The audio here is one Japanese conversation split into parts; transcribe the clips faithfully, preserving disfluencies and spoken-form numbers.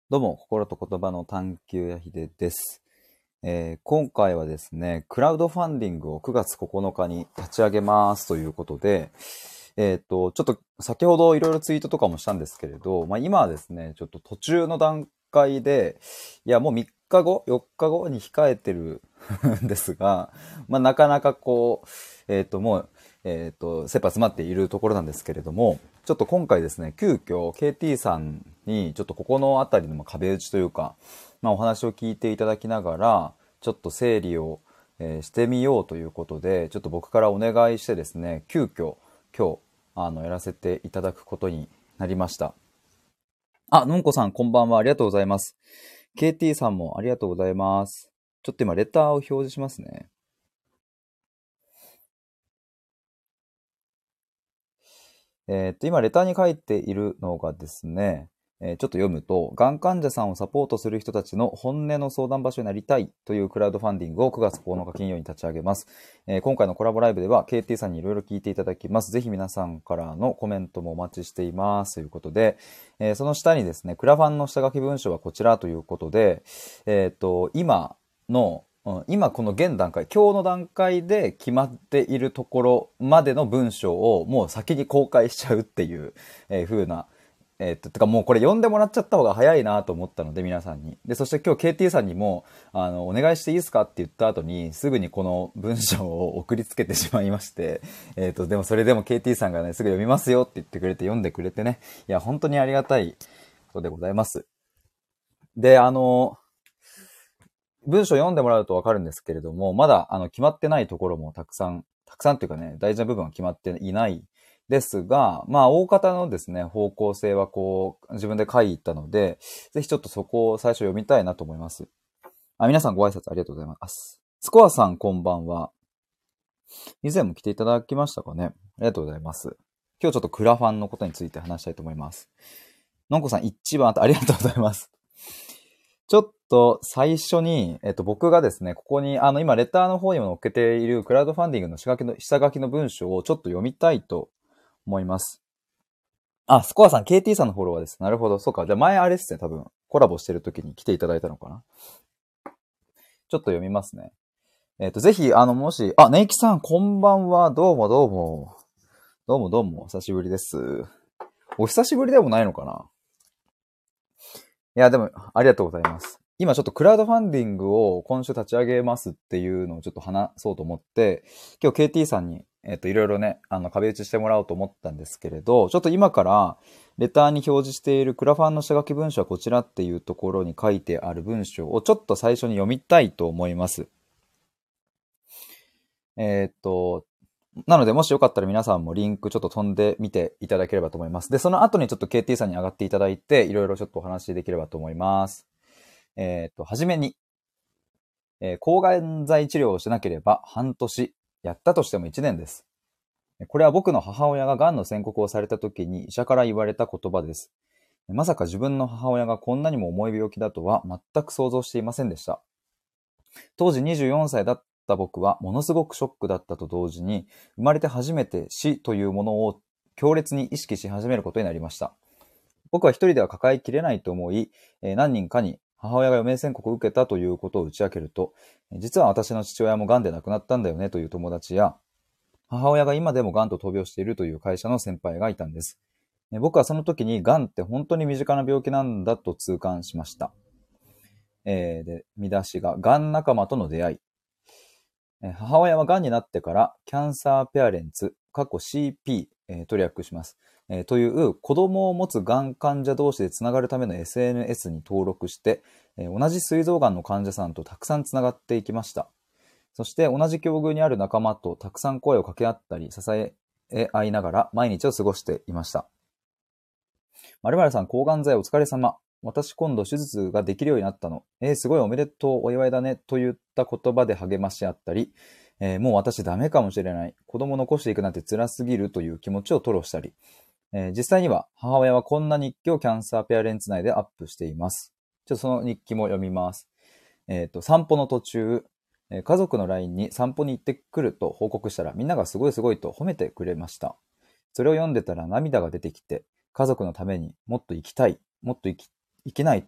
どうも、心と言葉の探求やひでです、えー今回はですね、クラウドファンディングをくがつここのかに立ち上げますということで、えっと、ちょっと先ほどいろいろツイートとかもしたんですけれど、まあ、今はですね、ちょっと途中の段階で、いや、もうみっかご、よっかごに控えてるんですが、まあ、なかなかこう、えっと、もう、えっと、切羽詰まっているところなんですけれども、ちょっと今回ですね、急遽 ケーティー さんに、ちょっとここのあたりの壁打ちというか、まあ、お話を聞いていただきながら、ちょっと整理を、えーしてみようということで、ちょっと僕からお願いしてですね、急遽今日、あの、やらせていただくことになりました。あ、のんこさん、こんばんは。ありがとうございます。ケーティー さんもありがとうございます。ちょっと今、レターを表示しますね。えーっと、今、レターに書いているのがですね、えーちょっと読むと、がん患者さんをサポートする人たちの本音の相談場所になりたいというクラウドファンディングをくがつここのか金曜に立ち上げます。えー今回のコラボライブでは ケーティー さんにいろいろ聞いていただきます。ぜひ皆さんからのコメントもお待ちしています。ということで、えーその下にですね、クラファンの下書き文章はこちらということで、えーっと、今のうん、今この現段階、今日の段階で決まっているところまでの文章をもう先に公開しちゃうっていう、えー風な、えーっと、てかもうこれ読んでもらっちゃった方が早いなと思ったので皆さんに。で、そして今日 ケーティー さんにも、あの、お願いしていいですかって言った後に、すぐにこの文章を送りつけてしまいまして、えーっと、でもそれでも ケーティー さんがね、すぐ読みますよって言ってくれて読んでくれてね、いや、本当にありがたいことでございます。で、あの、文章読んでもらうとわかるんですけれども、まだあの決まってないところもたくさん、たくさんというかね、大事な部分は決まっていないですが、まあ大方のですね、方向性はこう、自分で書いたので、ぜひちょっとそこを最初読みたいなと思います。あ、皆さんご挨拶ありがとうございます。スコアさんこんばんは。以前も来ていただきましたかね。ありがとうございます。今日ちょっとクラファンのことについて話したいと思います。のんこさん一番ありがとうございます。ちょっと最初に、えっと、僕がですね、ここに、あの、今、レターの方にも載っけているクラウドファンディングの下書きの、下書きの文章をちょっと読みたいと思います。あ、スコアさん、ケーティー さんのフォロワーです。なるほど。そうか。じゃあ前あれですね、多分、コラボしてる時に来ていただいたのかな。ちょっと読みますね。えっと、ぜひ、あの、もし、あ、ネイキさん、こんばんは。どうもどうも。どうもどうも。お久しぶりです。お久しぶりでもないのかな。いや、でも、ありがとうございます。今ちょっとクラウドファンディングを今週立ち上げますっていうのをちょっと話そうと思って、今日 ケーティー さんに、えっと、いろいろね、あの、壁打ちしてもらおうと思ったんですけれど、ちょっと今から、レターに表示しているクラファンの下書き文章はこちらっていうところに書いてある文章をちょっと最初に読みたいと思います。えっと、なので、もしよかったら皆さんもリンクちょっと飛んでみていただければと思います。で、その後にちょっと ケーティー さんに上がっていただいて、いろいろちょっとお話しできればと思います。えっと、はじめに、えー抗がん剤治療をしなければ半年、やったとしてもいちねんです。これは僕の母親が癌の宣告をされた時に医者から言われた言葉です。まさか自分の母親がこんなにも重い病気だとは全く想像していませんでした。当時にじゅうよんさいだった僕はものすごくショックだったと同時に、生まれて初めて死というものを強烈に意識し始めることになりました。僕は一人では抱えきれないと思い、えー何人かに母親が余命宣告を受けたということを打ち明けると、実は私の父親も癌で亡くなったんだよねという友達や、母親が今でも癌と闘病しているという会社の先輩がいたんです。えー僕はその時に癌って本当に身近な病気なんだと痛感しました。えーで、見出しが、癌仲間との出会い。えー母親は癌になってから、キャンサーペアレンツ、過去 シーピー、えーと略します。えーという子供を持つがん患者同士でつながるための エスエヌエス に登録して、えー同じ膵臓がんの患者さんとたくさんつながっていきました。そして同じ境遇にある仲間とたくさん声を掛け合ったり支え合いながら毎日を過ごしていました。〇〇さん、抗がん剤お疲れ様。私今度手術ができるようになったの。えー、すごいおめでとう、お祝いだね。といった言葉で励まし合ったり、えーもう私ダメかもしれない。子供残していくなんて辛すぎるという気持ちを吐露したり、えー実際には母親はこんな日記をキャンサーペアレンツ内でアップしています。ちょっとその日記も読みます。えっと、散歩の途中、えー家族の ライン に散歩に行ってくると報告したらみんながすごいすごいと褒めてくれました。それを読んでたら涙が出てきて、家族のためにもっと生きたい、もっと生き、生きないと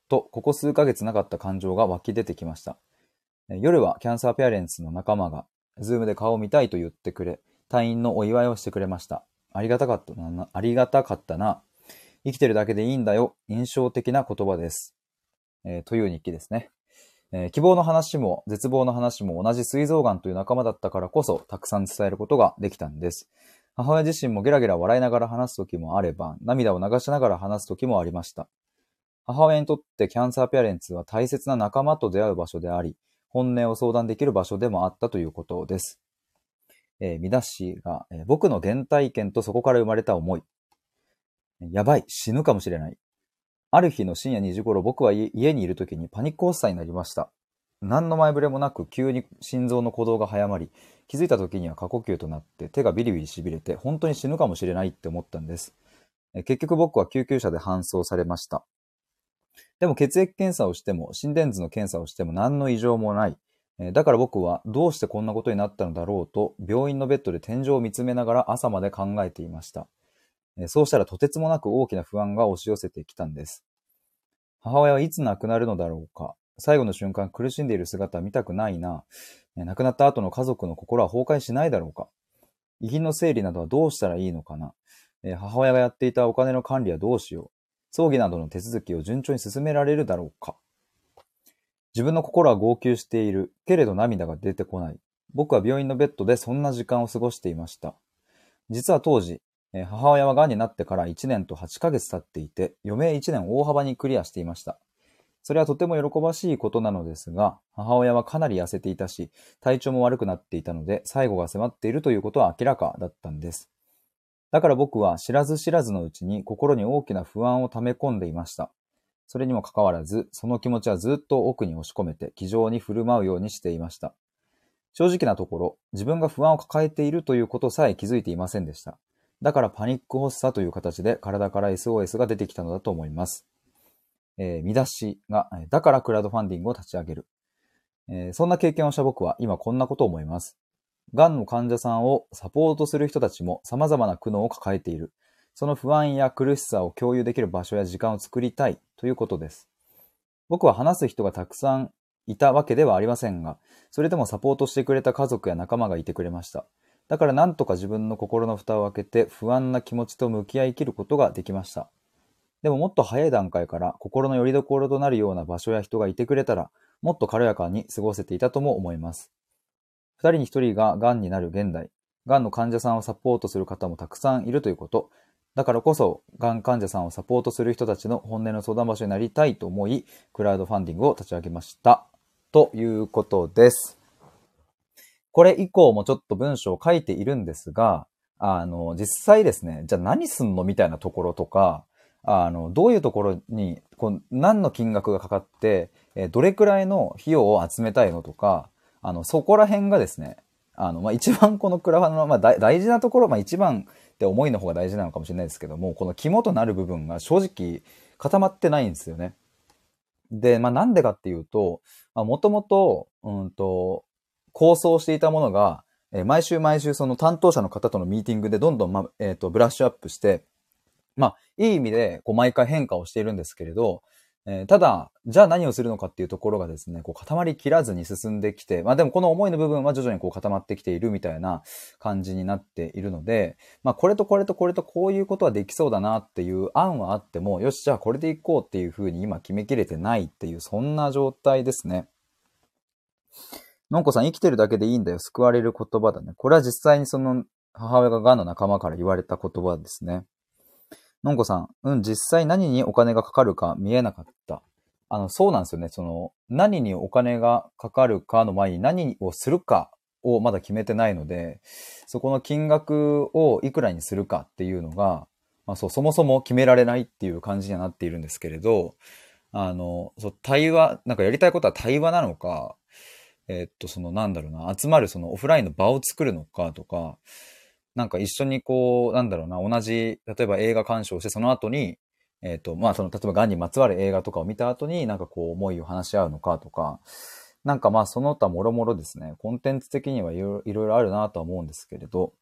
と、ここ数ヶ月なかった感情が湧き出てきました。夜はキャンサーペアレンツの仲間が、ズームで顔を見たいと言ってくれ、退院のお祝いをしてくれました。ありがたかったな、ありがたかったな。生きてるだけでいいんだよ。印象的な言葉です。えー、という日記ですね。えー、希望の話も絶望の話も同じ膵臓がんという仲間だったからこそ、たくさん伝えることができたんです。母親自身もゲラゲラ笑いながら話す時もあれば、涙を流しながら話す時もありました。母親にとってキャンサーペアレンツは大切な仲間と出会う場所であり、本音を相談できる場所でもあったということです。えー、見出しが、えー、僕の原体験とそこから生まれた思い。やばい、死ぬかもしれない。ある日の深夜にじ頃、僕は家にいる時にパニック発作になりました。何の前触れもなく急に心臓の鼓動が早まり、気づいた時には過呼吸となって手がビリビリ痺れて本当に死ぬかもしれないって思ったんです。結局僕は救急車で搬送されました。でも血液検査をしても心電図の検査をしても何の異常もない。だから僕はどうしてこんなことになったのだろうと病院のベッドで天井を見つめながら朝まで考えていました。そうしたらとてつもなく大きな不安が押し寄せてきたんです。母親はいつ亡くなるのだろうか。最後の瞬間苦しんでいる姿は見たくないな。亡くなった後の家族の心は崩壊しないだろうか。遺品の整理などはどうしたらいいのかな。母親がやっていたお金の管理はどうしよう。葬儀などの手続きを順調に進められるだろうか。自分の心は号泣している。けれど涙が出てこない。僕は病院のベッドでそんな時間を過ごしていました。実は当時、母親は癌になってからいちねんとはちかげつ経っていて、余命いちねん大幅にクリアしていました。それはとても喜ばしいことなのですが、母親はかなり痩せていたし、体調も悪くなっていたので、最後が迫っているということは明らかだったんです。だから僕は知らず知らずのうちに心に大きな不安を溜め込んでいました。それにもかかわらず、その気持ちはずっと奥に押し込めて、気丈に振る舞うようにしていました。正直なところ、自分が不安を抱えているということさえ気づいていませんでした。だからパニック発作という形で体から エスオーエス が出てきたのだと思います。えー、見出しが、だからクラウドファンディングを立ち上げる。えー、そんな経験をした僕は今こんなことを思います。がんの患者さんをサポートする人たちも様々な苦悩を抱えている。その不安や苦しさを共有できる場所や時間を作りたいということです。僕は話す人がたくさんいたわけではありませんが、それでもサポートしてくれた家族や仲間がいてくれました。だからなんとか自分の心の蓋を開けて不安な気持ちと向き合い生きることができました。でももっと早い段階から心の拠り所となるような場所や人がいてくれたら、もっと軽やかに過ごせていたとも思います。二人に一人が癌になる現代、癌の患者さんをサポートする方もたくさんいるということ。だからこそ、癌患者さんをサポートする人たちの本音の相談場所になりたいと思い、クラウドファンディングを立ち上げました。ということです。これ以降もちょっと文章を書いているんですが、あの、実際ですね、じゃあ何すんのみたいなところとか、あの、どういうところに、こう何の金額がかかって、えどれくらいの費用を集めたいのとか、あの、そこら辺がですね、あの、まあ、一番このクラファンの、まあ、大事なところ、まあ、一番って思いの方が大事なのかもしれないですけども、この肝となる部分が正直固まってないんですよね。で、まあ、なんでかっていうと、もともと、うんと、構想していたものが、えー毎週毎週その担当者の方とのミーティングでどんどん、まあ、えっと、ブラッシュアップして、まあ、いい意味で、こう、毎回変化をしているんですけれど、えーただ、じゃあ何をするのかっていうところがですね、こう、固まりきらずに進んできて、まあでもこの思いの部分は徐々にこう固まってきているみたいな感じになっているので、まあこれとこれとこれとこういうことはできそうだなっていう案はあっても、よし、じゃあこれでいこうっていうふうに今決めきれてないっていう、そんな状態ですね。のんこさん、生きてるだけでいいんだよ。救われる言葉だね。これは実際にその母親が癌の仲間から言われた言葉ですね。のんこさん、うん、実際何にお金がかかるか見えなかった。あの、そうなんですよね。その、何にお金がかかるかの前に何をするかをまだ決めてないので、そこの金額をいくらにするかっていうのが、まあそう、そもそも決められないっていう感じにはなっているんですけれど、あの、そう、対話、なんかやりたいことは対話なのか、えっと、そのなんだろうな、集まるそのオフラインの場を作るのかとか、なんか一緒にこう、なんだろうな、同じ、例えば映画鑑賞して、その後に、えっと、まあ、その、例えば癌にまつわる映画とかを見た後に、なんかこう、思いを話し合うのかとか、なんかまあ、その他もろもろですね、コンテンツ的にはいろいろあるなとは思うんですけれど、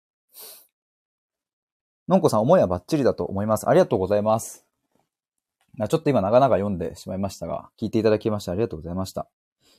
のんこさん、思いはバッチリだと思います。ありがとうございます。 ちょっと今長々読んでしまいましたが、聞いていただきましてありがとうございました。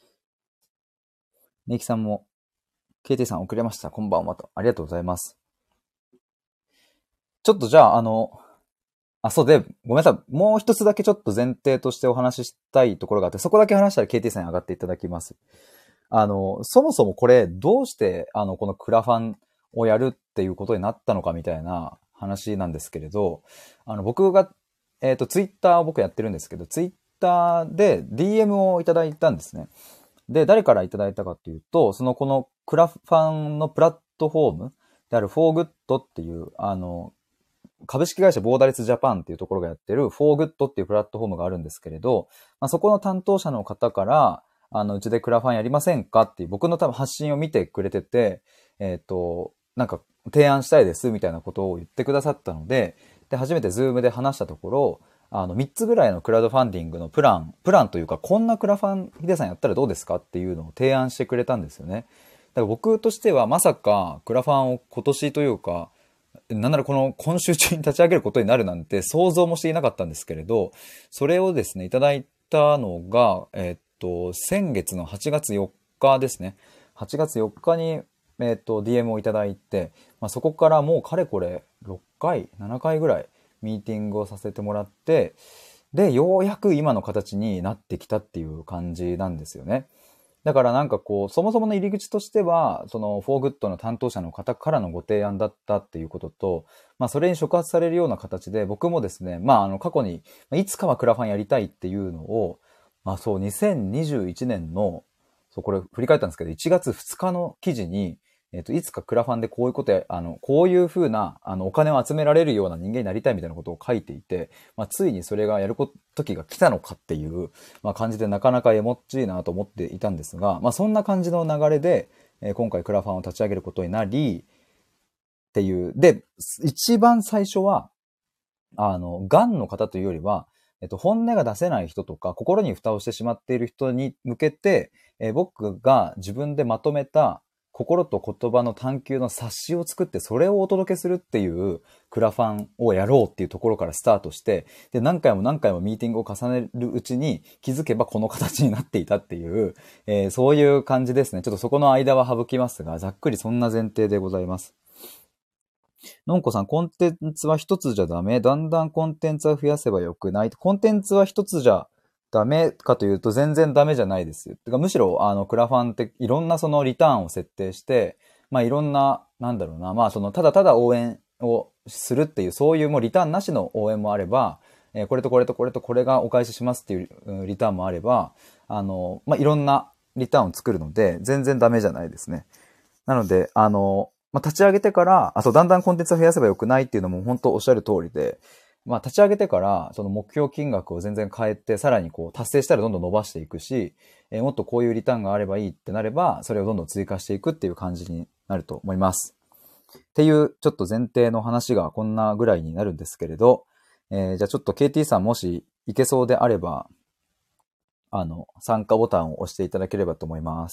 ネイキさんも、ケーティー さん遅れました。こんばんはと。ありがとうございます。ちょっとじゃあ、あの、あ、そうで、ごめんなさい。もう一つだけちょっと前提としてお話ししたいところがあって、そこだけ話したら ケーティー さんに上がっていただきます。あの、そもそもこれ、どうして、あの、このクラファンをやるっていうことになったのかみたいな話なんですけれど、あの、僕が、えっと、ツイッターを僕やってるんですけど、ツイッターで ディーエム をいただいたんですね。で、誰からいただいたかというと、そのこのクラファンのプラットフォームである フォーグッド っていう、あの、株式会社ボーダレスジャパンっていうところがやってる フォーグッド っていうプラットフォームがあるんですけれど、まあ、そこの担当者の方から、あの、うちでクラファンやりませんかっていう僕の多分発信を見てくれてて、えっと、なんか提案したいですみたいなことを言ってくださったので、で、初めてズームで話したところ、あの、みっつぐらいのクラウドファンディングのプラン、プランというか、こんなクラファン、ヒデさんやったらどうですかっていうのを提案してくれたんですよね。だから僕としてはまさかクラファンを今年というか、なんならこの今週中に立ち上げることになるなんて想像もしていなかったんですけれど、それをですね、いただいたのが、えっと、先月のはちがつよっかですね。はちがつよっかに、えっと、ディーエム をいただいて、まあ、そこからもうかれこれろっかい、ななかいぐらいミーティングをさせてもらって、で、ようやく今の形になってきたっていう感じなんですよね。だからなんかこう、そもそもの入り口としては、そのフォーグッドの担当者の方からのご提案だったっていうことと、まあそれに触発されるような形で、僕もですね、まああの過去に、いつかはクラファンやりたいっていうのを、まあそう、にせんにじゅういちねんの、そうこれ振り返ったんですけど、いちがつふつかの記事に、えっと、いつかクラファンでこういうことや、あの、こういうふうな、あの、お金を集められるような人間になりたいみたいなことを書いていて、まあ、ついにそれがやるこ時が来たのかっていう、まあ、感じでなかなかエモっちいなと思っていたんですが、まあ、そんな感じの流れで、えー今回クラファンを立ち上げることになり、っていう。で、一番最初は、あの、癌の方というよりは、えっと、本音が出せない人とか、心に蓋をしてしまっている人に向けて、えー僕が自分でまとめた心と言葉の探求の冊子を作って、それをお届けするっていうクラファンをやろうっていうところからスタートして、で、何回も何回もミーティングを重ねるうちに気づけばこの形になっていたっていう、えーそういう感じですね。ちょっとそこの間は省きますが、ざっくりそんな前提でございます。のんこさん、コンテンツは一つじゃダメ。だんだんコンテンツは増やせばよくない。コンテンツは一つじゃダメかというと全然ダメじゃないですよ。てかむしろ、あの、クラファンっていろんなそのリターンを設定して、まあいろんな、なんだろうな、まあその、ただただ応援をするっていう、そういうもうリターンなしの応援もあれば、えーこれとこれとこれとこれがお返ししますっていううんリターンもあれば、あの、まあいろんなリターンを作るので、全然ダメじゃないですね。なので、あの、まあ、立ち上げてから、あ、そう、だんだんコンテンツを増やせばよくないっていうのも本当おっしゃる通りで、まあ、立ち上げてから、その目標金額を全然変えて、さらにこう、達成したらどんどん伸ばしていくし、えーもっとこういうリターンがあればいいってなれば、それをどんどん追加していくっていう感じになると思います。っていう、ちょっと前提の話がこんなぐらいになるんですけれど、えーじゃあちょっと ケーティー さんもしいけそうであれば、あの、参加ボタンを押していただければと思います。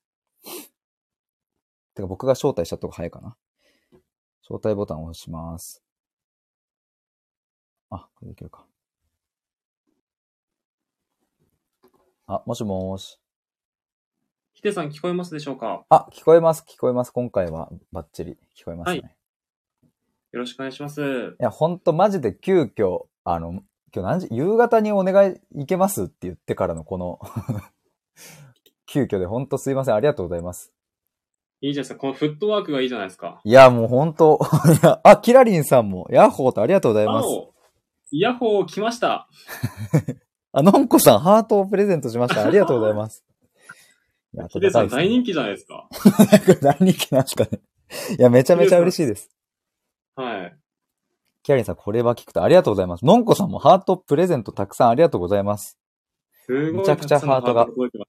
てか僕が招待したとこ早いかな。招待ボタンを押します。あ、これできるか。あ、もしもーし。 ヒデさん聞こえますでしょうか？ あ、聞こえます、聞こえます。今回はバッチリ聞こえますはい。 ね。 よろしくお願いします。 いや、ほんとマジで急遽、あの、今日何時、夕方にお願い行けますって言ってからのこの急遽でほんとすいません。ありがとうございます。 いいじゃないですか。このフットワークがいいじゃないですか。 いや、もうほんと、いや、あ、キラリンさんも、ヤッホーとありがとうございます。 あお、イヤホー来ました。 あ、のんこさん、ハートをプレゼントしました。ありがとうございます。いや、 ヒデさん温かいですね。 大人気じゃないですか。 大人気なんですかね。いや、めちゃめちゃ嬉しいです。 はい。 キャリンさん、これは聞くとありがとうございます。のんこさんもハートプレゼントたくさんありがとうございます。 すごいめちゃくちゃたくさんのハートハートが。 が届いてます。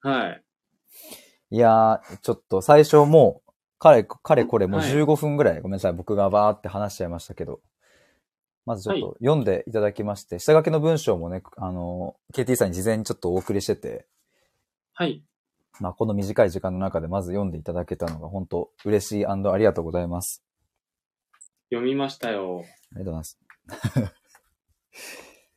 はい。 いやー、ちょっと最初もう、彼、彼これもうはい。 じゅうごふんぐらい、ごめんなさい、僕がバーって話しちゃいましたけど、まずちょっはい。 と読んでいただきまして、下書きの文章もね、あの、ケーティー さんに事前にちょっとお送りしてて、 はい。 まあ、この短い時間の中でまず読んでいただけたのが本当嬉しい&ありがとうございます。 読みましたよ。 ありがとうございます。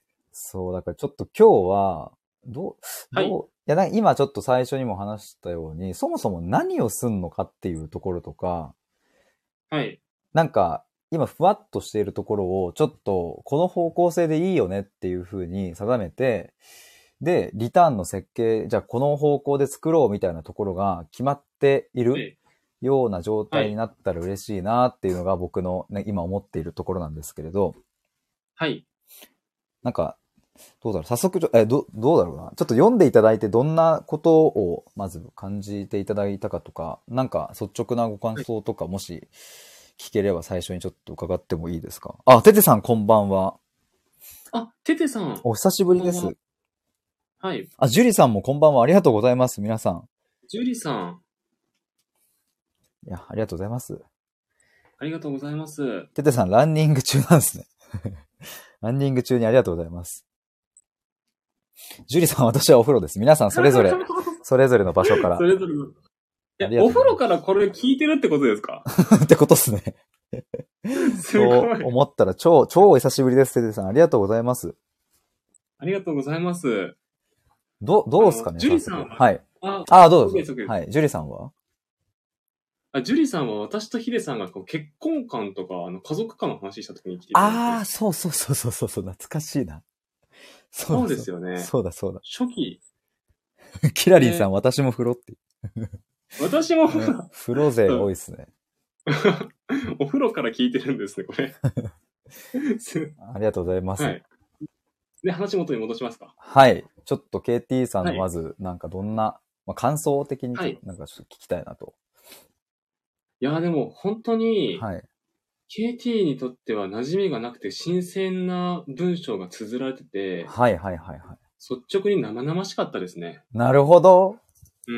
そう、だからちょっと今日は、どう、 はい。 どう、いや、なんか今ちょっと最初にも話したように、そもそも何をすんのかっていうところとか、 はい。 なんか、今ふわっとしているところを、ちょっと、この方向性でいいよねっていう風に定めて、で、リターンの設計、じゃあこの方向で作ろうみたいなところが決まっているはい。 ような状はい。 態になったら嬉しいなっていうのが僕のね、今思っているところなんですけれど、 はい。 なんか、どうだろう早速ちょ、え、ど、どうだろうなちょっと読んでいただいてどんなことをまず感じていただいたかとか、なんか率直なご感はい。 想とかもし聞ければ最初にちょっと伺ってもいいですか？あ、ててさんこんばんは。 あ、ててさん、 お久しこんばんは。 ぶりです。 はい。 あ、ジュリさんもこんばんは。ありがとうございます。皆さん。 ジュリさん、 いや、ありがとうございます。 ありがとうございます。 ててさん、ランニング中なんですね。ランニング中にありがとうございます。ジュリさん、私はお風呂です。皆さんそれぞれ、それぞれの場所から。 それぞれの。え、 ありがとうございお風呂からこれ聞いてるってことですか？ ます。ってことっすね。 すとごい。 思ったら超、超お久しぶりです。ててさん、ありがとうございます。 ありがとうございます。 ど、どあの、 うですかね、 ジュ早速。 リさんは、 はい。 あ、 ああ、どうぞ。 OK です、OK です。 はい。ジュリさんはあ、ジュリさんは私とヒデさんがこう結婚観とか、あの、家族観の話した時に来ていただいたんでああー、 す。 そうそうそうそうそうそう、懐かしいな。そうそうでだそう。 すよね。 そうだそうだ。 初期。 キラリンさん、 で、 私も風呂って。 私も、 ね、風呂勢が多いですね。 お風呂から聞いてるんですね、これ。すありがとうございます。 はい。で、話元に戻しますか。 はい。ちょっと ケーティー さんはい。 のまず、なんかどんな、まあ、感想的にちょっとはい。 なんかちょっと聞きたいなと。 いや、でも本当に、 はい。 ケーティー にとっては馴染みがなくて新鮮な文章が綴られてて、 はいはいはいはい。 率直に生々しかったですね。 なるほど。 うん。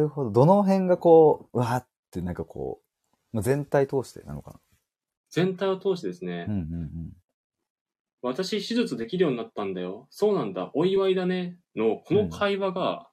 なるほど。どの辺がこう、うわーってなんかこう、まあ全体通してなのか全体を通してですな。 ね、 うんうん私手術できるようになったんだよ。そうなんだ。お祝いだね。の、こうん。うのん。 会話が、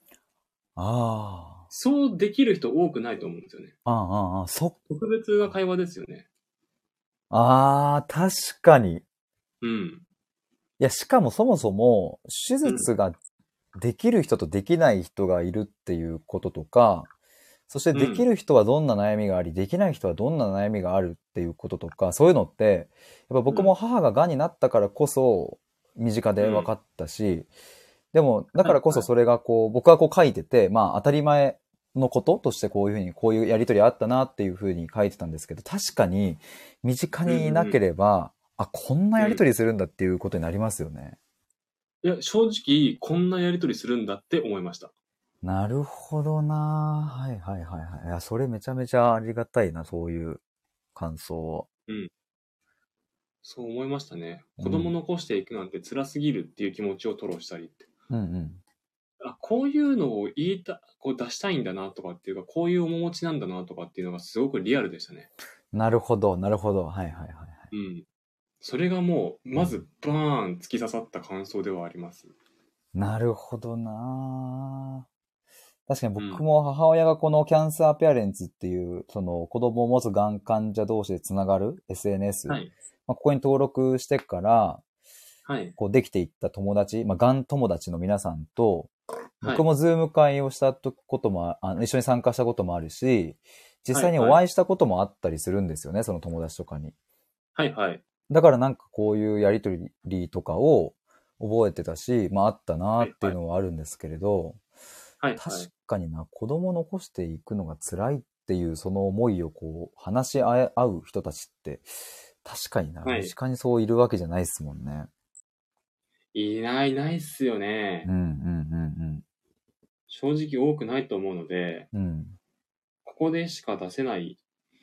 あそうできる人多くないと思うんですよね。 あ。ああ、ああ、そっ特別な会話ですよね。 ああ、確かに。いうん。 や、しかもそもそも、手うん。 術ができる人とできない人がいるっていうこととか、そしてできうん。 る人はどんな悩みがあり、できない人はどんな悩みがあるっていうこととか、そういうのって、やっぱ僕もうん。 母が癌になったからこそ、身近うん。 で分かったし、でも、だからこそはいはい。 それがこう、僕はこう書いてて、まあ当たり前のこととしてこういうふうに、こういうやりとりあったなっていうふうに書いてたんですけど、確かに身近うんうにいなけんれば、あ、こんなうん。うん。 やりとりするんだっていうことになりますよね。 いや、正直、こんなやりとりするんだって思いました。 なるほどな。はいはいはいはい。いや、それめちゃめちゃありがたいな、そういう感想。 うん。そう思いましたね。子供うん。 残していくなんて辛すぎるっていう気持ちを吐露したりって。 うんうん。 あ、こういうのを言いた、こう出したいんだなとかっていうか、こういう面持ちなんだなとかっていうのがすごくリアルでしたね。 なるほど、なるほど。はいはいはいはい。 うん。それがもう、 うん、 まずバーン突き刺さった感想ではあります。 なるほどな。確かにうん。 僕も母親がこのキャンサーペアレンツっていう、その子供を持つがん患者同士でつながる エスエヌエス、 はい。 まあ、ここに登録してから、 はい。 こうできていった友達、まあ、がん友達の皆さんと、 はい。 僕もズーム会をしたこともあ、一緒に参加したこともあるし、実はい。 際にはい。 お会いしたこともあったりするんですよね、その友達とかに。 はい。はい。 だからなんかこういうやりとりとかを覚えてたし、まああったなはい。 っていうのはあるんですけれど、 はい。 確はい。 かにな、子供を残していくのが辛いっていうその思いをこう話し合う人たちって、確かにな、 はい。 身近にそういるわけじゃないですもんね。 いない、いないっすよね。 うんうん正直多くないと思うので、 うんうん。うん。 ここでしか出せない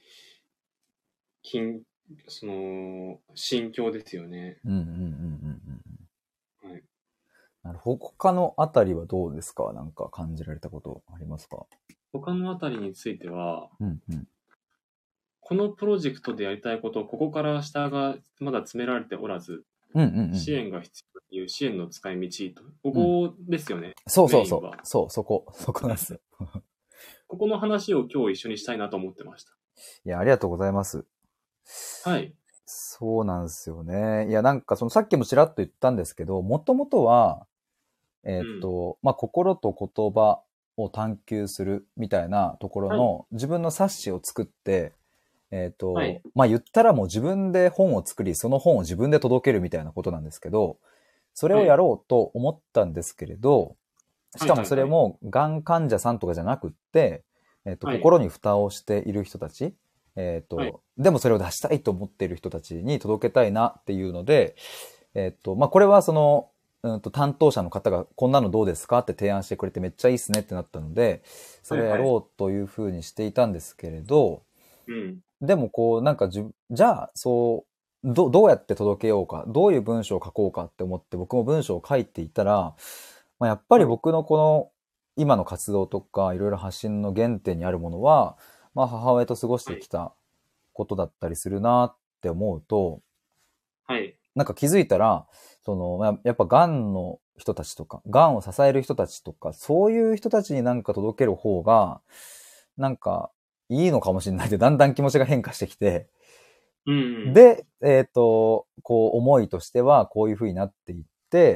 金、その、心境ですよね。 うんうんうんうんうん。 はい。 なるほど。他のあたりはどうですか？なんか感じられたことありますか？ 他のあたりについては、 うんうん。 このプロジェクトでやりたいこと、ここから下がまだ詰められておらず、 うんうんうん。 支援が必要という支援の使い道と、こうん。 こですよね、 そうそうそう。 メインは。 そう、そこ。そこなんはい。 ですよ。 ここの話を今日一緒にしたいなと思ってました。 いや、ありがとうございます。 はい。 そうなんですよね。いや、なんかそのさっきもちらっと言ったんですけど、もともとは、えーっと、まあ、心と言葉を探求するみたいなところはい。 の自分の冊子を作って、えーっと、 はい。 まあ、言ったらもう自分で本を作り、その本を自分で届けるみたいなことなんですけど、それをやはい。 ろうと思ったんですけれど、しはい。 かもはい。はい。 それも、がん患者さんとかじゃなくって、えっと、 はい。 心に蓋をしている人たち、えっはい。 と、でもそれを出したいと思っている人たちに届けたいなっていうので、えっと、まあ、これはその、うんと、担当者の方がこんなのどうですかって提案してくれてめっちゃいいっすねってなったので、そはい。 れをやはい。 ろうというふうにしていたんですけれど、 うん。 でもこう、なんかじゅ、じゃあ、そう、ど、どうやって届けようか、どういう文章を書こうかって思って僕も文章を書いていたら、まあ、やっぱりはい。 僕のこの今の活動とかいろいろ発信の原点にあるものは、まあ母親と過ごしはい。 てきたことだったりするなって思うと、 はい。 なんか気づいたら、その、まあやっぱ癌の人たちとか、癌を支える人たちとか、そういう人たちになんか届ける方が、なんかいいのかもしれないってだんだん気持ちが変化してきて、 うん。 で、えっと、こう思いとしてはこういう風になっていって、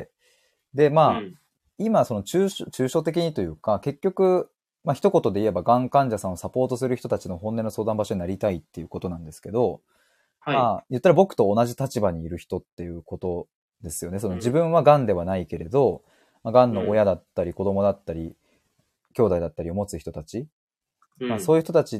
で、まあ、 うん。 今、その抽象、抽象的にというか、結局、まあ一言で言えば、がん患者さんをサポートする人たちの本音の相談場所になりたいっていうことなんですけど、 はい。 まあ、言ったら僕と同じ立場にいる人っていうことですよね。その自うん。 分はがんではないけれど、まあ、がんうん。 の親だったり、子供だったり、兄弟だったりを持つ人たち。まあそううん。 いう人たちって、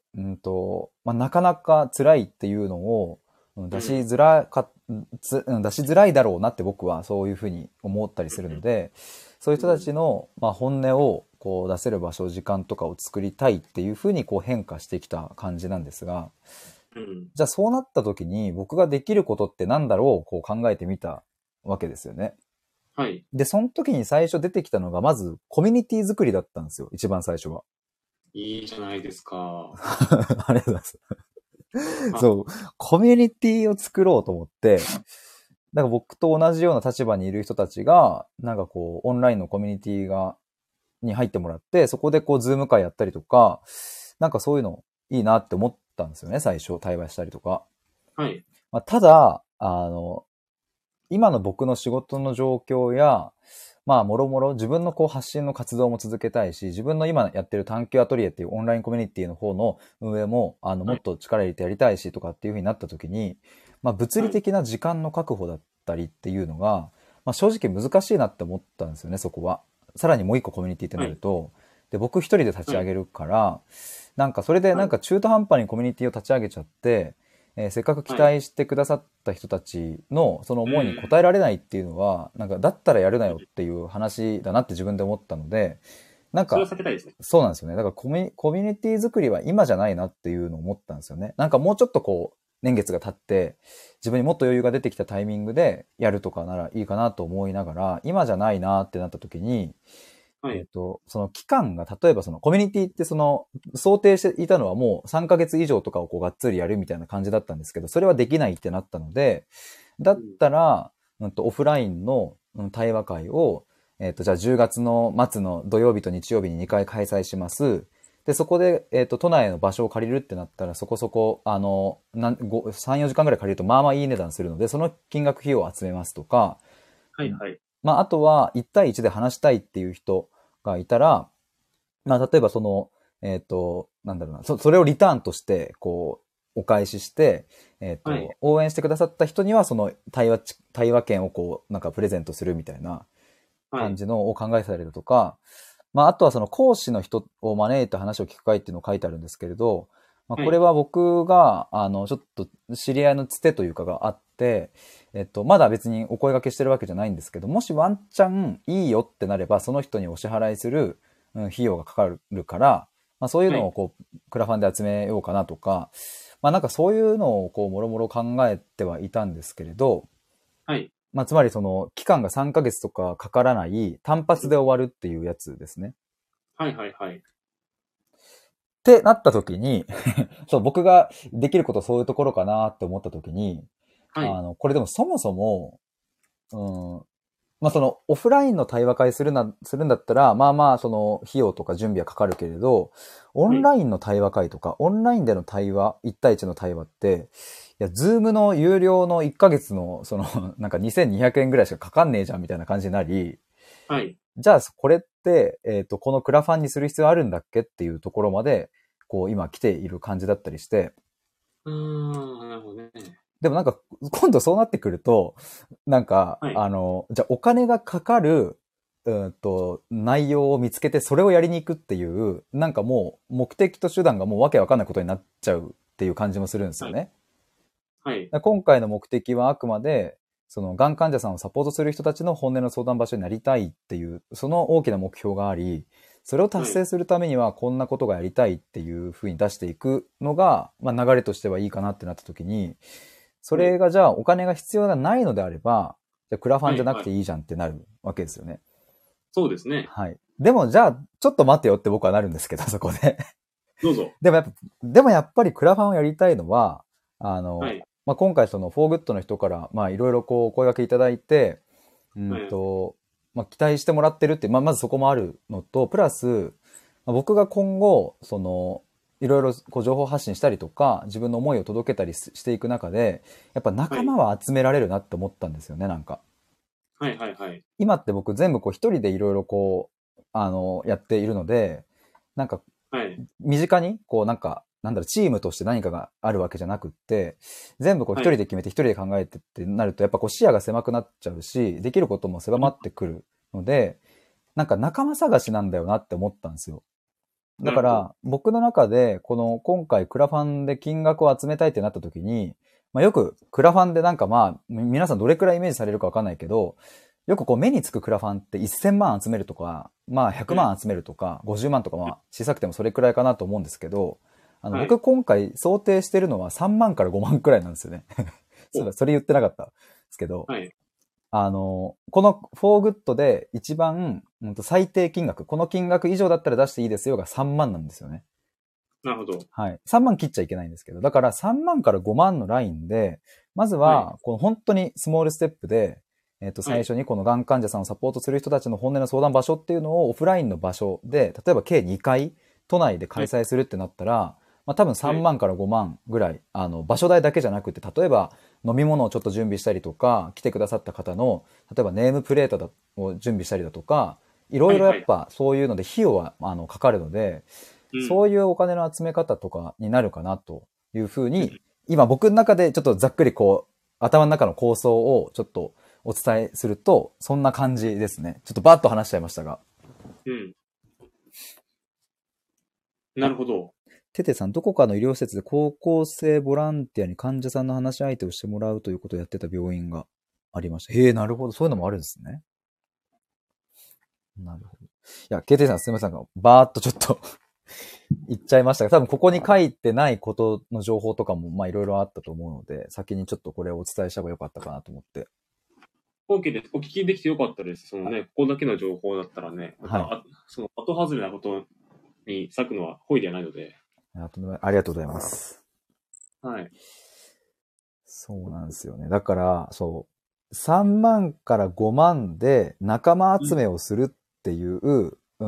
うんと、まあなかなか辛いっていうのをうん出しうん。 づらか、つうん出しづらいだろうなって僕はそういうふうに思ったりするので、そういう人たうん。 ちの、まあ、本音をこう出せる場所、時間とかを作りたいっていうふうにこう変化してきた感じなんですが、 うん。 じゃあそうなった時に僕ができることって何だろうこう考えてみたわけですよね。 はい。 で、その時に最初出てきたのがまずコミュニティ作りだったんですよ。一番最初は。 いいじゃないですか。 ありがとうございます。 あ、 そう、コミュニティを作ろうと思って、なんか僕と同じような立場にいる人たちが、なんかこう、オンラインのコミュニティが、に入ってもらって、そこでこう、ズーム会やったりとか、なんかそういうのいいなって思ったんですよね、最初、対話したりとか。 はい。 まあ、ただ、あの、今の僕の仕事の状況や、まあ、もろもろ自分のこう発信の活動も続けたいし、自分の今やってる探求アトリエっていうオンラインコミュニティの方の運営も、あの、もはい。 っと力入れてやりたいしとかっていう風になった時に、まあ、物理はい。 的な時間の確保だったりっていうのが、まあ、正直難しいなって思ったんですよね、そこは。さらにもう一個コミュニティってなはい。 ると、で、僕一人で立ちはい。 上げるから、なんかそれではい。 なんか中途半端にコミュニティを立ち上げちゃって、えーせっかく期はい。 待してくださった人たちのその思いに応うん。 えられないっていうのは、なんかだったらやるなよっていう話だなって自分で思ったので、なんそれはか避けたいですね。 そうなんですよね。だからコミュ、コミュニティ作りは今じゃないなっていうのを思ったんですよね。なんかもうちょっとこう、年月が経って、自分にもっと余裕が出てきたタイミングでやるとかならいいかなと思いながら、今じゃないなってなった時に、 はい。 えっと、その期間が、例えばそのコミュニティってその、想定していたのはもうさんかげつ以上とかをこうがっつりやるみたいな感じだったんですけど、それはできないってなったので、だっうん。 たら、うんと、オフラインのうん対話会を、えっと、じゃあじゅうがつの末の土曜日と日曜日ににかい開催します。で、そこで、えっと、都内の場所を借りるってなったら、そこそこ、あの、なん、ご、さん、よじかんぐらい借りると、まあまあいい値段するので、その金額費用を集めますとか、 はい。はい。 まあ、あとは、いち対いちで話したいっていう人がいたら、まあ、例えばその、えっと、なんだろうな、そ、それをリターンとして、こう、お返しして、えっはい。 と、応援してくださった人には、その対話ち、対話券をこう、なんかプレゼントするみたいなはい。 感じのを考えてたりだとか、まあ、あとはその講師の人を招いて話を聞く会っていうのを書いてあるんですけれど、まあ、 はい。 これは僕が、あの、ちょっと知り合いのつてというかがあって、えっと、まだ別にお声掛けしてるわけじゃないんですけど、もしワンチャンいいよってなれば、その人にお支払いする、うん、費用がかかるから、まあ、そういうはい。 のをこう、クラファンで集めようかなとか、まあ、なんかそういうのをこう、もろもろ考えてはいたんですけれど、 はい。 まあ、つまりその、期間がさんかげつとかかからない単発で終わるっていうやつですね。 はい。はい。はい。 ってなった時にそう、僕ができることそういうところかなって思った時に、 はい。 あの、これでもそもそも、うん、 まあそのオフラインの対話会するな、するんだったら、まあまあその費用とか準備はかかるけれど、オンラインの対話会とか、オンラインでの対話、いち対いちの対話って、いや、ズームの有料のいっかげつの、その、なんかにせんにひゃくえんぐらいしかかかんねえじゃんみたいな感じになり、 はい。 じゃあこれって、えっと、このクラファンにする必要あるんだっけっていうところまで、こう今来ている感じだったりして、 うーん、なるほどね。 でもなんか、今度そうなってくると、なんか、 はい。 あの、じゃあお金がかかる、うんと、内容を見つけてそれをやりに行くっていう、なんかもう目的と手段がもうわけわかんないことになっちゃうっていう感じもするんですよはい。 ね。 はい。 今回の目的はあくまで、その、がん患者さんをサポートする人たちの本音の相談場所になりたいっていう、その大きな目標があり、それを達成するためにはこんなことがやりたいっていうふうに出していくのが、まあ流れとしてはいいかなってなった時に、そはい。 れがじゃあお金が必要がないのであれば、じゃあクラファンじゃはい。はい。 なくていいじゃんってなるわけですよね。 そうですね。 はい。でもじゃあ、ちょっと待ってよって僕はなるんですけど、そこで。 どうぞ。 でもやっぱ、でもやっぱりクラファンをやりたいのは、あの、 はい。 まあ、今回そのフォーグッドの人から、まあいろいろこうお声掛けいただいて、うんはい。 と、まあ期待してもらってるって、まあまずそこもあるのと、プラス、まあ、僕が今後、その、いろいろこう情報発信したりとか、自分の思いを届けたりしていく中で、やっぱ仲はい。 間は集められるなって思ったんですよね、なんか。 はい。はい。はい。 今って僕全部こう一人でいろいろこう、あの、やっているので、なんかはい。 身近に、こうなんか、なんだろう、チームとして何かがあるわけじゃなくって、全部こう一はい。 人で決めて一人で考えてってなると、やっぱこう視野が狭くなっちゃうし、できることも狭まってくるので、なんか仲間探しなんだよなって思ったんですよ。だなるほど。 から、僕の中で、この今回クラファンで金額を集めたいってなった時に、まあよくクラファンでなんかまあ、皆さんどれくらいイメージされるかわかんないけど、よくこう目につくクラファンってせんまん集めるとか、まあひゃくまん集めるとか、ごじゅうまんとかまあ小さくてもそれくらいかなと思うんですけど、あのはい。 僕今回想定してるのはさんまんからごまんくらいなんですよね。そうお、 だ、それ言ってなかったですけど、 はい。 あの、このフォーグッドで一番、うんと最低金額、この金額以上だったら出していいですよがさんまんなんですよね。 なるほど。 はい。さんまん切っちゃいけないんですけど、だからさんまんからごまんのラインで、まずはい。 は、この本当にスモールステップで、えっと、 はい。 最初にこのがん患者さんをサポートする人たちの本音の相談場所っていうのをオフラインの場所で、例えば計にかい都内で開はい。 催するってなったら、まあ多分3 はい。 万からごまんぐらい、あの、場所代だけじゃなくて、例えば飲み物をちょっと準備したりとか、来てくださった方の、例えばネームプレートだを準備したりだとか、いろはい。 いろやはい。 っぱそういうので費用は、あの、かかるので、 うん。 そういうお金の集め方とかになるかなというふうに、 うん。 今僕の中でちょっとざっくりこう、頭の中の構想をちょっとお伝えすると、そんな感じですね。ちょっとバッと話しちゃいましたが。 うん。なるほど。 テテさん、どこかの医療施設で高校生ボランティアに患者さんの話し相手をしてもらうということをやってた病院がありました。へえ、なるほど。そういうのもあるんですね。なるほど。いや、ケイテイさんすみませんが、バーっとちょっと言っちゃいましたが、多分ここに書いてないことの情報とかも、まあいろいろあったと思うので、先にちょっとこれをお伝えした方がよかったかなと思って。 OK です。お聞きできてよかったです。そのね、ここだけの情報だったらね、また、 はい。 あその後外れなことに割くのは故意ではないので。 あありがとうございます。 はい。 そうなんですよね。だから、そう、さんまんからごまんで仲間うん。 集めをするっていう、うん、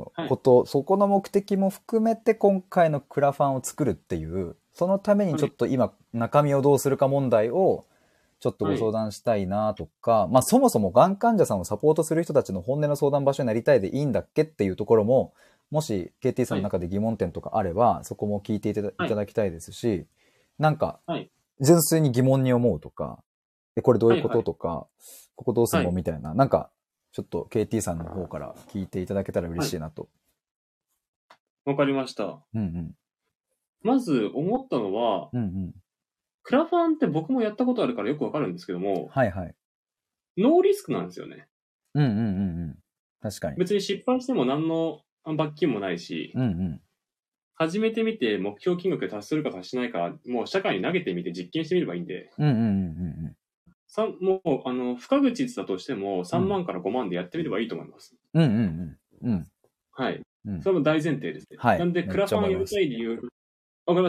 はい。 こと、そこの目的も含めて今回のクラファンを作るっていう、そのためにはい。 ちょっと今、中身をどうするか問題を、ちょっとごはい。 相談したいなとか、まあそもそもがん患者さんをサポートする人たちの本音の相談場所になりたいでいいんだっけっていうところも、もし ケーティー さんのはい。 中で疑問点とかあれば、そこも聞いていただいはい。 ただきたいですし、なんか、 はい。 純粋に疑問に思うとか、え、これどういうこはい。はい。 ととか、ここどうすんはい。 のみたいな、なんか、ちょっと ケーティー さんの方から聞いていただけたら嬉はい。 しいなと。 わかりました。 うんうん。 まず思ったのは、 うんうん。 クラファンって僕もやったことあるからよくわかるんですけども、 はいはい。 ノーリスクなんですよね。 うんうんうんうん。確かに。 別に失敗しても何の罰金もないし、 うんうん。 始めてみて目標金額で達するか達しないか、もう社会に投げてみて実験してみればいいんで、 うんうんうんさもう、あの、不確実だとしてもうん。うん。 さんまんからごまんでやってみればいいと思います。 うんうんうん。うん。 はい。 うん。 それも大前提ですね。 はい。 なんで、 めっちゃクラファンやりた思います。 い理由、わかります？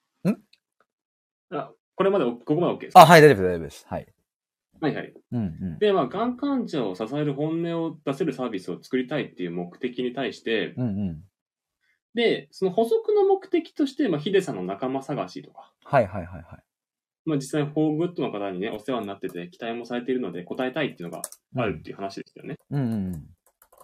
んあ、これまで、ここまで OK ですあ、 か？ はい、大丈夫です、大丈夫です。はい。 はいはい。 うんうん。 で、まあ、がん患者を支える本音を出せるサービスを作りたいっていう目的に対して、 うんうん。 で、その補足の目的として、まあ、ヒデさんの仲間探しとか、 はいはいはいはい。 まあ、実際にフォーグッドの方にね、お世話になってて、期待もされているので答えたいっていうのがあるっていう話ですよね。 うんうんうん。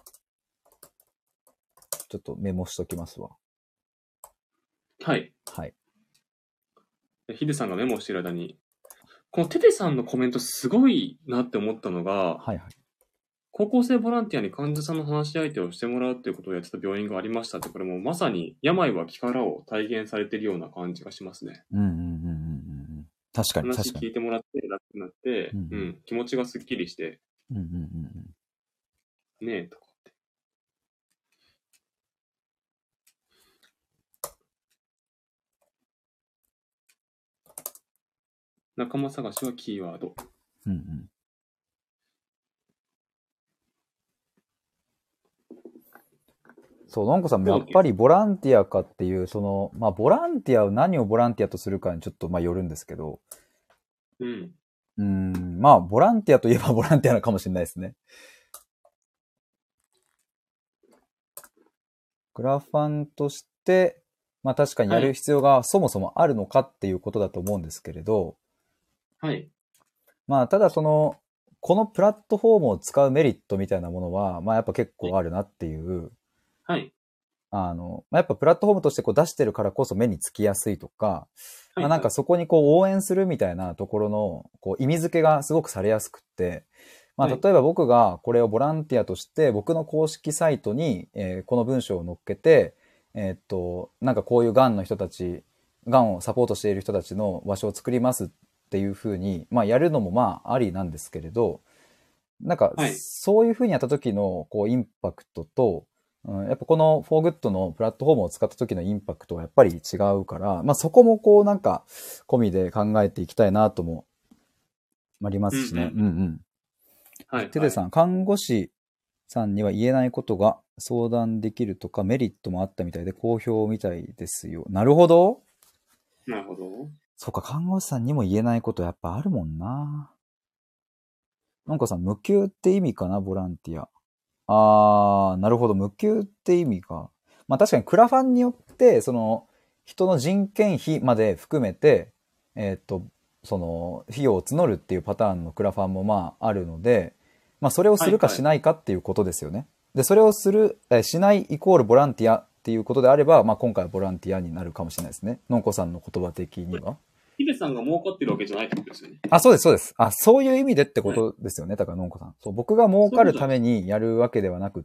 ちょっとメモしときますわ。 はい。 はい。 でヒデさんがメモしてる間に、このテテさんのコメントすごいなって思ったのが、 はいはい。 高校生ボランティアに患者さんの話し相手をしてもらうっていうことをやってた病院がありましたって、これもうまさに病は気からを体現されているような感じがしますね。 うんうんうんうんうんうん。確かに話確かに。 聞いてもらって楽になって、 うんうんうん、気持ちがすっきりして、 うんうんうんねえ、とかって。仲間探しはキーワード。 うんうん。そう、のんこさんもやっぱりボランティアかっていう、その、まあ、ボランティアを何をボランティアとするかにちょっと、まあ、よるんですけど、 うん。 うーん、まあ、ボランティアといえばボランティアなのかもしれないですね。クラファンとして、まあ確かにやる必要がそもそもあるのかっていうことだと思うんですけれど、 はい。 まあただその、このプラットフォームを使うメリットみたいなものは、まあやっぱ結構あるなっていう、 はい。 あの、まあ、やっぱプラットフォームとしてこう出してるからこそ目につきやすいとか、 はい。 まあなんかそこにこう応援するみたいなところのこう意味付けがすごくされやすくって、まあはい例えば僕がこれをボランティアとして僕の公式サイトに、えーこの文章を載っけて、えーっと、なんかこういうがんの人たち、がんをサポートしている人たちの場所を作りますっていうふうに、まあやるのもまあありなんですけれど、なんかはい。 そういうふうにやった時のこうインパクトと、うん、やっぱこの フォーグッド のプラットフォームを使った時のインパクトはやっぱり違うから、まあそこもこうなんか込みで考えていきたいなともありますしね。 うんうんうんうん。 はい。 テテさん、看護師さんには言えないことが相談できるとかメリットもあったみたいで好評みたいですよ。なるほど。 なるほど。 そうか、看護師さんにも言えないことやっぱあるもんな。なんかさん、無給って意味かな、ボランティア。あー、なるほど。無給って意味か。まあ確かにクラファンによって、その、人の人件費まで含めて、えーっと、その、費用を募るっていうパターンのクラファンもまああるので、まあそれをするかしないかっていうことですよね。で、それをする、えしないイコールボランティアっていうことであれば、まあ今回はボランティアになるかもしれないですね。のんこさんの言葉的には。 ヒデさんが儲かってるわけじゃないってことですよね。 あ、そうです、そうです。あ、そういう意味でってこはい。 とですよね。だから、のんこさん。そう、僕が儲かるためにやるわけではなくって、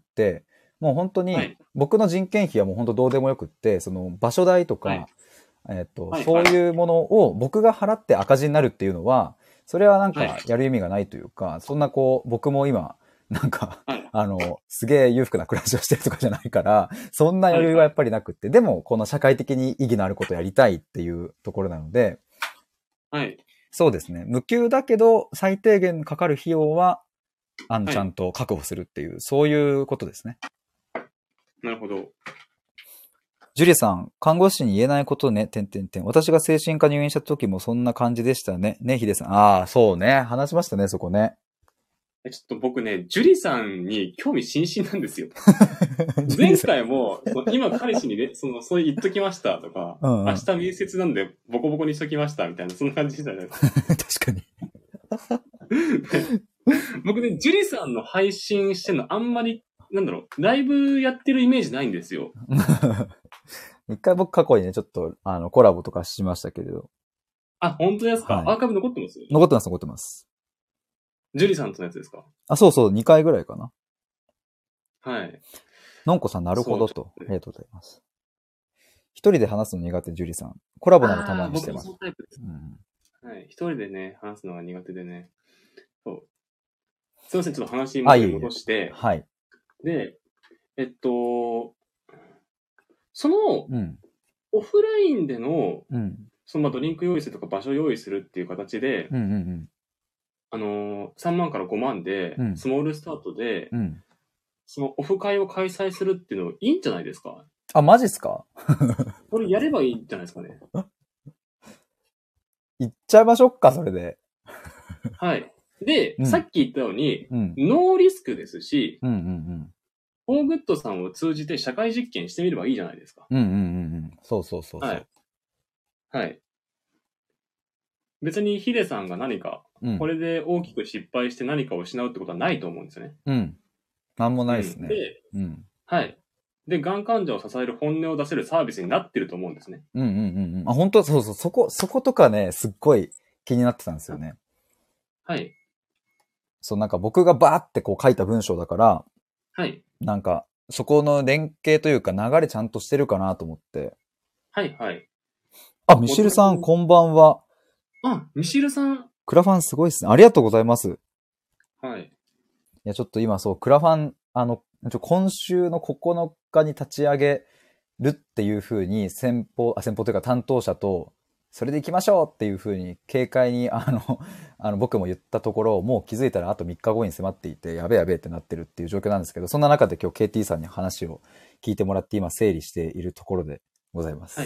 もう本当に、 はい。 僕の人件費はもう本当どうでもよくって、その場所代とはい。 か、えっと、 はい。 そうはい。 いうものを僕が払って赤字になるっていうのは、それはなんはい。 かやる意味がないというか、そんなこう、僕も今、なんか、 はい。 あの、すげえ裕福な暮らしをしてるとかじゃないから、そんなはい。 余裕はやっぱりなくって、でも、この社会的に意義のあることをやりたいっていうところなので、 はい。 そうですね。無給だけど、最低限かかる費用は、あの、 はい。 ちゃんと確保するっていう、そういうことですね。 なるほど。 ジュリさん、看護師に言えないことね、てんてんてん。私が精神科入院した時もそんな感じでしたね。ね、ヒデさん。ああ、そうね。話しましたね、そこね。 えちょっと僕ね、ジュリさんに興味津々なんですよ。 ジュリ前さん。 回も、その今彼氏にね、その、そう言っときましたとか、 うんうん。 明日面接なんでボコボコにしときましたみたいな、そんな感じじゃないですか。 確かに。 僕ね、ジュリさんの配信してるのあんまり、なんだろう、ライブやってるイメージないんですよ。 一回僕過去にね、ちょっと、あの、コラボとかしましたけれど。 あ、本当ですか、 はい。 アーカイブ残ってます残ってます、残ってます。 ジュリさんとのやつですか？ あ、そうそう、にかいぐらいかな。 はい。 のんこさん、なるほどそうと。ありがとうございます。一人で話すの苦手、ジュリさん。コラボならたまああ、 にしてます。 僕もそのタイプです。 うん、 はい。一人でね、話すのが苦手でね。そう。すいません、ちょっと話あ、いにえいえ。 戻して。 はい。 で、えっと、その、 うん。 オフラインでの、 うん。 そのまあドリンク用意するとか場所用意するっていう形で、 うんうんうん。 あのー、さんまんからごまんで、 うん。 スモールスタートで、 うん。 そのオフ会を開催するっていうのいいんじゃないですか？ あ、マジっすか？ これやればいいんじゃないですかね。 行っちゃいましょうか、それで。 はい。 で、 うんさっき言ったように、 うん。 ノーリスクですし、 うんうんフォーグッドさんを通じて社会実験してみればいいじゃないですか。 うん。うんうんうんうん。そうそうそうそう。 はい。はい。別にヒデさんが何か、 うんこれで大きく失敗して何かを失うってことはないと思うんですよね。 うん。なんもうん。 ないですね。 で、 うん。 はい。で、がん患者を支える本音を出せるサービスになってると思うんですね。 うんうんうんうん。あ、本当そうそう、そこ、そことかね、すっごい気になってたんですよね。 はい。 そう、なんか僕がバーってこう書いた文章だから、 はい。 なんか、そこの連携というか流れちゃんとしてるかなと思って。 はい。はい。 あ、ミシルさん、こんばんは。 あ、ミシルさん。 クラファンすごいっすね。ありがとうございます。いはい。 や、ちょっと今そう、クラファン、あの、ちょ今週のここのかに立ち上げるっていう風に先方、あ、先方というか担当者と、それで行きましょうっていう風に軽快に、あの、あの僕も言ったところ、もう気づいたらあとみっかごに迫っていて、やべえやべえってなってるっていう状況なんですけど、そんな中で今日 ケーティー さんに話を聞いてもらって今整理しているところでございます。 はい。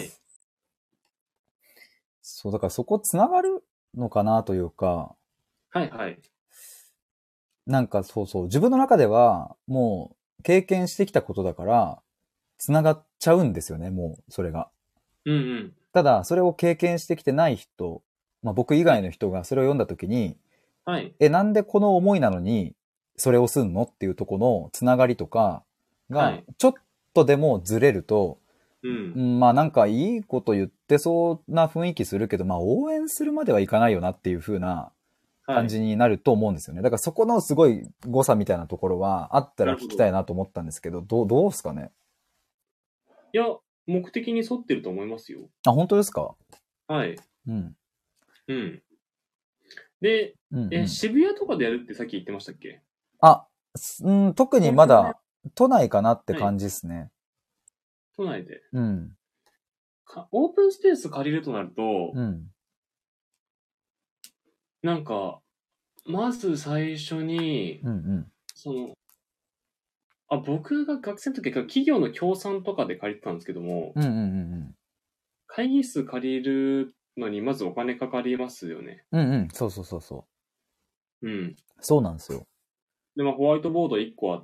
そう、だからそこつながるのかなというか、 はい。はい。 なんかそうそう、自分の中ではもう経験してきたことだから、つながっちゃうんですよね、もうそれが。 うんうん。 ただ、それを経験してきてない人、まあ僕以外の人がそれを読んだ時に、 はい。 え、なんでこの思いなのにそれをすんのっていうところのつながりとかがはい、 ちょっとでもずれると、 うん。 うん、まあなんかいいこと言ってそうな雰囲気するけど、まあ応援するまではいかないよなっていう風なはい。 感じになると思うんですよね。だからそこのすごい誤差みたいなところはあったら聞きたいなと思ったんですけど、どう、どうですかね。 いや、目的に沿ってると思いますよ。 あ、本当ですか？ はい。 うん。 うん。で、え、 うんうん。 渋谷とかでやるってさっき言ってましたっけ？ あ、すうん、特に東京で、 まだ都内かなってはい。 感じですね。 都内で。 うん。 かオープンスペース借りるとなると、 うん。 なんか、まず最初に、 うんうん。 その、あ、僕が学生の時は企業の協賛とかで借りてたんですけども、 うんうんうん会議室借りるのにまずお金かかりますよね。 うん。うんうん。そうそうそうそう。 うん。 そうなんですよ。 で、まあ、ホワイトボードいっこあって、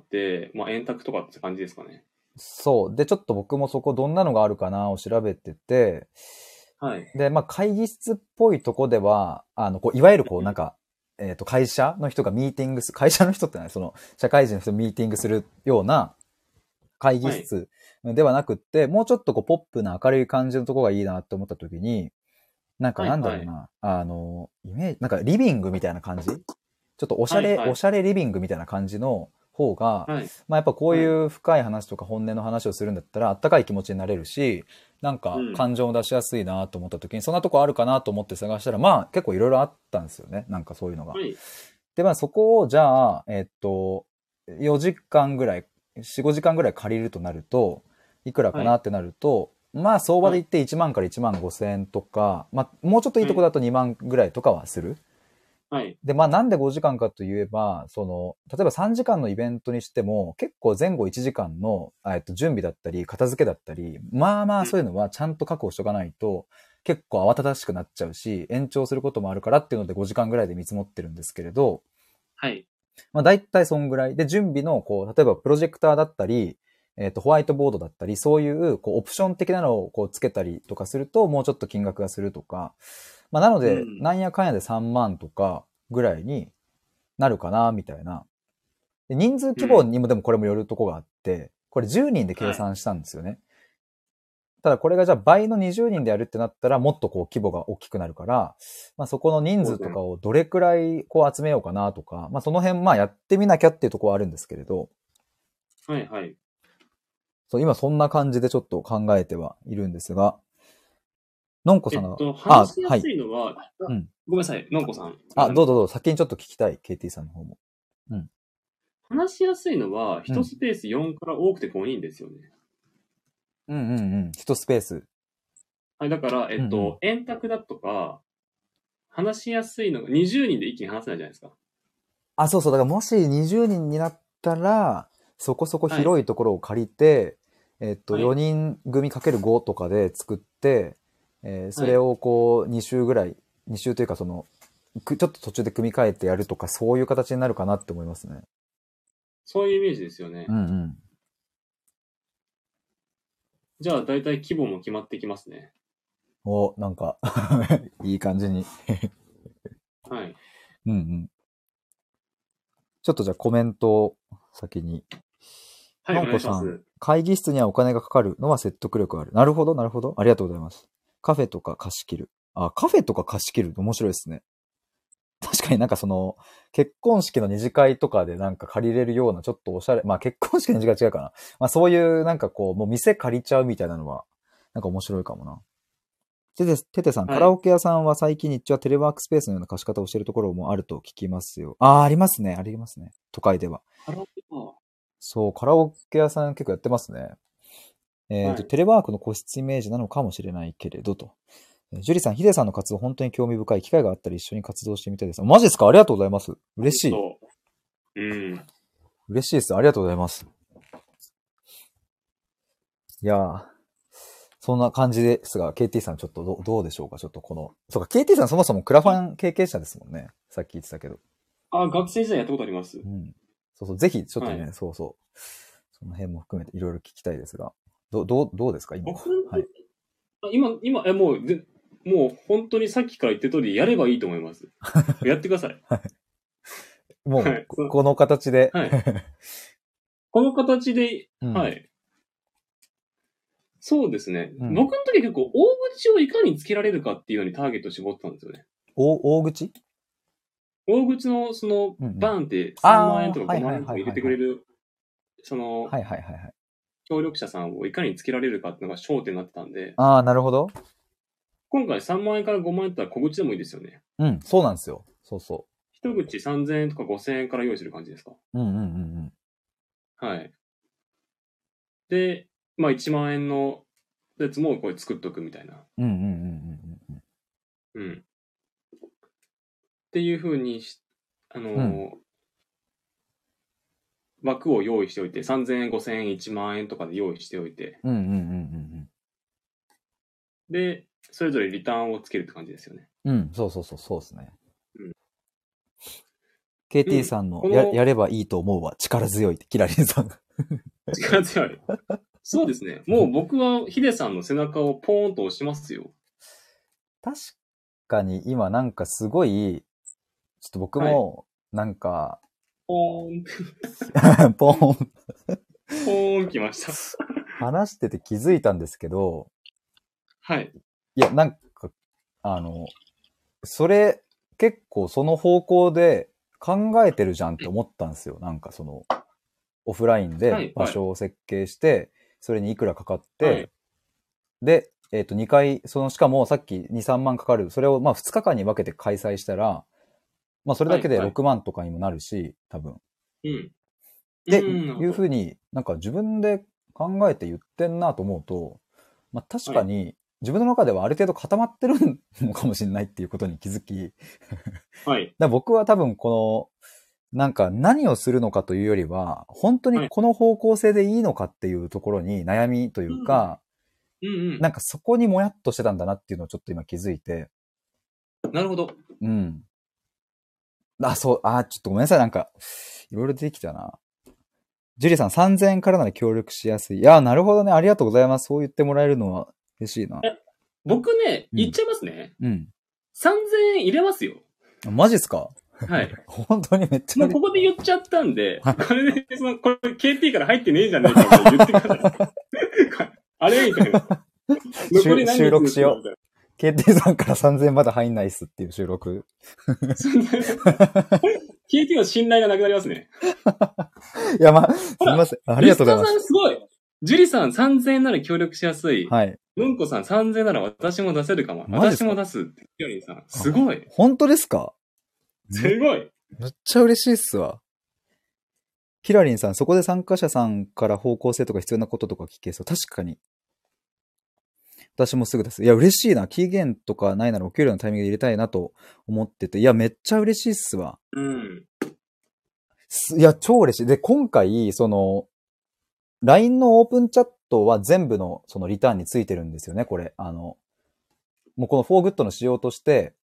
まあ、円卓とかって感じですかね。 そう。で、ちょっと僕もそこどんなのがあるかなを調べてて、 はい。 で、まあ会議室っぽいとこでは、あの、こう、いわゆるこう、なんか、えっと、会社の人がミーティングす、会社の人ってね、その、社会人の人ミーティングするような会議はい。 室ではなくって、もうちょっとこう、ポップな明るい感じのとこがいいなって思った時に、なんかはい。 なんだはい。 ろうな、あの、イメージ、なんかリビングみたいな感じ、ちょっとおしゃはい。 れ、 はい。 おしゃれリビングみたいな感じの方が、 はい。 まあやっぱこういはい。 う深い話とか本音の話をするんだったらあったかい気持ちになれるし、なんうん。 か感情を出しやすいなと思った時に、そんなとこあるかなと思って探したら、まあ結構いろいろあったんですよね。なんかそういうのが。 はい。 で、まあそこをじゃあ、えっと、よじかんぐらい、よん、ごじかんぐらい借りるとなると、いくらかはい。 なってなると、まあ相場はい。 で言っていちまんからいちまんごせん円とか、まあもうちょっといいはい。 とこだとにまんぐらいとかはする。 はい。 で、まあなんでごじかんかんかといえば、その、例えばさんじかんのイベントにしても、結構前後いちじかんの、えっと、準備だったり、片付けだったり、まあまあうん。 そういうのはちゃんと確保しとかないと、結構慌ただしくなっちゃうし、延長することもあるからっていうのでごじかんぐらいで見積もってるんですけれど、 はい。 まあ大体そんぐらい。で、準備の、こう、例えばプロジェクターだったり、えっと、ホワイトボードだったり、そういう、こう、オプション的なのをこうつけたりとかすると、もうちょっと金額がするとか。まあなので、 うん。 なんやかんやでさんまんとかぐらいになるかな、みたいな。で人数規模うん。 にもでもこれもよるとこがあって、これじゅうにんで計はい。 算したんですよね。ただこれがじゃあ倍のにじゅうにんでやるってなったらもっとこう規模が大きくなるから、まあそこの人数と当然。 かをどれくらいこう集めようかなとか、まあその辺まあやってみなきゃっていうところはあるんですけれど、 はい。はい。 そう今そんな感じでちょっと考えてはいるんですが、のんこさんが、 えっと、 あ、 話しやはい。 すいのは、あ、 うん。 ごめんなさい。のんこさん。 あ、 何ですか？ どうぞどうぞ。先にちょっと聞きたい。ケーティー さんの方も。うん。 話しやすいのは、 うん。 一スペースよんから多くてごにんですよね。 うんうんうん。一スペース。 はい。だから、えうんうん。 っと、円卓だとか、話しやすいのがにじゅうにんで一気に話せないじゃないですか。 あ、そうそう。だからもしにじゅうにんになったら、そこそこはい。 広いところを借りて、えっと、 はい。 よにん組かけるごとかで作って、えーそはい。 れをこう、に週ぐらい、に週というかその、 くちょっと途中で組み替えてやるとか、そういう形になるかなって思いますね。 そういうイメージですよね。 うんうん。 じゃあ、だいたい規模も決まってきますね。 お、なんか、いい感じに。 はい。 うんうん。ちょっとじゃあコメントを先に。 はい、お願のんこさん、 いします。 会議室にはお金がかかるのは説得力ある。なるほど、なるほど。ありがとうございます。カフェとか貸し切る。あ、カフェとか貸し切る面白いですね。確かになんかその、結婚式の二次会とかでなんか借りれるようなちょっとおしゃれ、まあ結婚式の二次会違うかな。まあそういうなんかこう、もう店借りちゃうみたいなのは、なんか面白いかもな。てて、ててさん、カはい。 ラオケ屋さんは最近日中はテレワークスペースのような貸し方をしているところもあると聞きますよ。ああ、ありますね。ありますね。都会では。 カラオケか。 そう、カラオケ屋さん結構やってますね。えっと、 はい。 テレワークの個室イメージなのかもしれないけれどと。えージュリさん、ヒデさんの活動本当に興味深い。機会があったら一緒に活動してみたいです。マジですか？ありがとうございます。嬉しい。 そう。うん。 嬉しいです。ありがとうございます。いやー、そんな感じですが、ケーティー さんちょっとどどうでしょうか？ちょっとこの、そうか、ケーティー さんそもそもクラファン経験者ですもんね。さっき言ってたけど。 あ、学生時代やったことあります。 うん。そうそう、ぜひ、ちょっとね、 はい。 そうそう。その辺も含めていろいろ聞きたいですが。ど、どう、どうですか今は？ 僕、 はい。 あ今、今、え、もう、ぜもう本当にさっきから言ってる通りやればいいと思います。やってください。 もう、 はい。そここの形で。 はい。この形で、 うん。 はい。そうですね。 うん。 僕の時結構大口をいかにつけられるかっていうのにターゲットを絞ってたんですよね。 お、大口。 大口のそのうんうん。 バーンってさんまん円ああ、 とか5 はいはい万円とか入れはいはいはい。 てくれる、そのはいはいはいはい。 協力者さんをいかにつけられるかっていうのが焦点になってたんで、 ああ、なるほど。 今回さんまん円からごまん円だったら小口でもいいですよね。 うん、そうなんですよ。そうそ一口さんぜんえんとかごせんえんから用意する感じですか？ う。うんうんうんはい。で、まあいちまん円のやつもこれ作っとくみたいな。 うん。うんうんうんうんうんうん。っていう風にし、あのうん。うん。 ー枠を用意しておいて、さんぜんえん、ごせんえん、いちまん円とかで用意しておいて、 うんうんうんで、それぞれリターンをつけるって感じですよね。 うん。うん、そうそうそう、そうですね。 うん。うケーティーん。 さんのや、 このやればいいと思うは力強いって、キラリンさんが。 力強い。そうですね。もう僕はヒデさんの背中をポーンと押しますよ。 確かに今なんかすごい、ちょっと僕はい。 も、なんか、 ポーン、 ポーン、 ポーン来ました。 話してて気づいたんですけど、 はい。 いや、なんか、あの、それ、結構その方向で考えてるじゃんって思ったんですよ。なんかその、オフラインではい。はい。 場所を設計して、それにいくらかかっはい。 て、で、えっと、にかい、その、しかもさっきに、さんまんかかる、それをまあふつかかんに分けて開催したら、まあそれだはい。はい。 けでろくまんとかにもなるし、多分。っうん。うてん、なるほど。 いうふうになんか自分で考えて言ってんなと思うと、まあ確はい。 かに自分の中ではある程度固まってるのかもしれないっていうことに気づき、 はい。 だ僕は多分この、なんか何をするのかというよりは、本当にはい。 この方向性でいいのかっていうところに悩みというん。 うか、 うん。うん。 なんかそこにもやっとしてたんだなっていうのをちょっと今気づいて、 なるほど。 うん。あ、そう、あ、ちょっとごめんなさい、なんか、いろいろ出てきたな。ジュリーさんさんぜんえんからなら協力しやすい。いや、なるほどね。ありがとうございます。そう言ってもらえるのは嬉しいな。 え、僕ね、 うん。 言っちゃいますね。 うん。 さんぜんえん入れますよ。 マジっすか？ はい。 本当にめっちゃ嬉しい。 もうここで言っちゃったんで、 はい。 これで、その、これ ケーティー から入ってねえじゃねえかみたいな言ってください。あれみたいな。残り収収何日録しよう。 ですかみたいな。 ケーティー さんからさんぜんまだ入んないっすっていう収録。 そんな ケーティー の信頼がなくなりますね。 いや、まあ、すほら、 みません。ありリスナーさがとうございます。 んすごい。ジュリさんさんぜんえんなら協力しやすい。 はい。 ムンコさんさんぜんえんなら私も出せるかも。 マジっすか？ 私も出すって。ヒロリンさん。 あ、 すごい。 本当ですか？め、 すごい。 めっちゃ嬉しいっすわ。ヒラリンさん、そこで参加者さんから方向性とか必要なこととか聞けそう。確かに。私もすぐです。いや、嬉しいな。期限とかないならお給料のタイミングで入れたいなと思ってて。いや、めっちゃ嬉しいっすわ。 うん。 すいや、超嬉しい。で、今回、その、ライン のオープンチャットは全部のそのリターンについてるんですよね、これ。あの、もうこの フォーグッド の仕様として、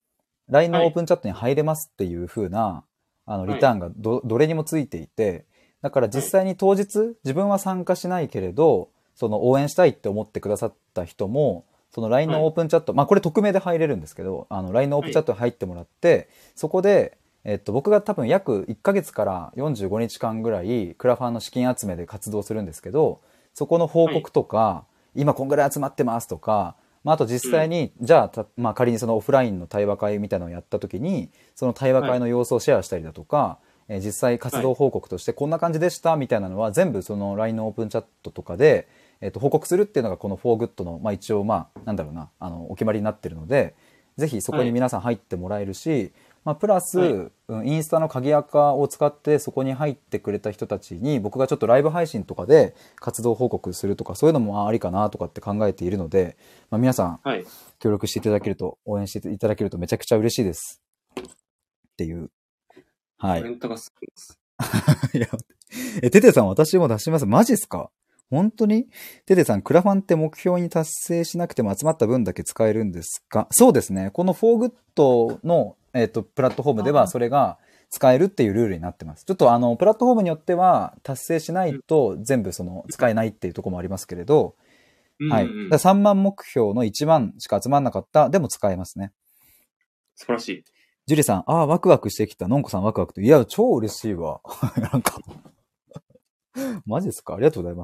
ライン のはいオープンチャットに入れますっていう風な、あの、 はいリターンがど、どれにもついていて、だから実際に当日、自分は参加しないけれど、その応援したいって思ってくださった人も、その ライン のオープンチャット、まあこれ匿名で入れるんですけど、あの ライン のオープンチャットに入ってもらって、そこで、えっと、僕が多分約いっかげつからよんじゅうごにちかんぐらいクラファンの資金集めで活動するんですけど、そこの報告とか、今こんぐらい集まってますとか、まあ、あと実際に、じゃあた、まあ、仮にそのオフラインの対話会みたいなのをやった時に、その対話会の様子をシェアしたりだとか、えー実際活動報告としてこんな感じでしたみたいなのは全部その ライン のオープンチャットとかで、えっと、報告するっていうのがこの フォーグッド の、まあ、一応まあ、なんだろうな、あの、お決まりになってるので、ぜひそこに皆さん入ってもらえるし、まあ、プラス、 はいうんインスタの鍵アカを使ってそこに入ってくれた人たちに僕がちょっとライブ配信とかで活動報告するとかそういうのもありかなとかって考えているので、まあ、皆さんはい。 協力していただけると、応援していただけるとめちゃくちゃ嬉しいです。っていう。はい。 コメントがすごいです。 いや、え、テテさん私も出します。マジっすか？本当に？テテさん、クラファンって目標に達成しなくても集まった分だけ使えるんですか？そうですね。この フォーグッド の、えっと、プラットフォームではそれが使えるっていうルールになってます。ちょっとあの、プラットフォームによっては達成しないと全部その使えないっていうところもありますけれど、 うんはい。 うんうんだからさんまん目標のいちまんしか集まんなかった。でも使えますね。 素晴らしい。 ジュリさん、ああ、ワクワクしてきた。のんこさんワクワクと。いや、超嬉しいわ。なんか、マジですか？ありがとうございます。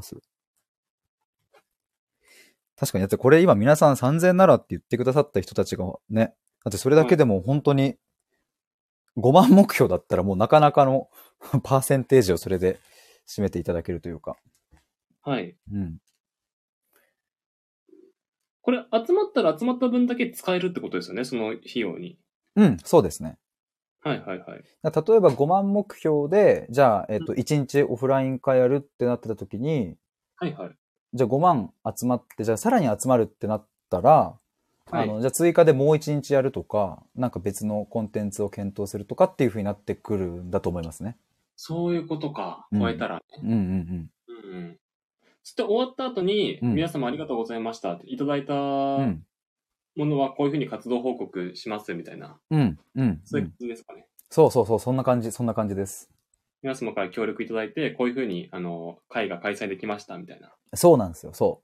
確かに、だってこれ今皆さんさんぜんならって言ってくださった人たちがね、だってそれだけでも本当にごまん目標だったらもうなかなかのパーセンテージをそれで占めていただけるというか。 はい。 うん。 これ、集まったら集まった分だけ使えるってことですよね、その費用に。 うん、そうですね。 はいはいはい。 だから例えばごまん目標で、じゃあ、えっと、いちにちオフライン会やるってなってた時に、 はいはい。 じゃあごまん集まって、じゃあさらに集まるってなったら、 はいあの、じゃあ追加でもういちにちやるとか、なんか別のコンテンツを検討するとかっていう風になってくるんだと思いますね。 そういうことか。 うん超えたらね。 うんうんうんうん。そして終わった後に、 うん皆様ありがとうございましたっていただいたうん。うもん。 のはこういうふうに活動報告しますみたいな。 うん。うん。 そういう感じですかね。 そうそうそう、そんな感じ、そんな感じです。 皆様から協力いただいて、こういうふうに、あの、会が開催できましたみたいな。 そうなんですよ、そう。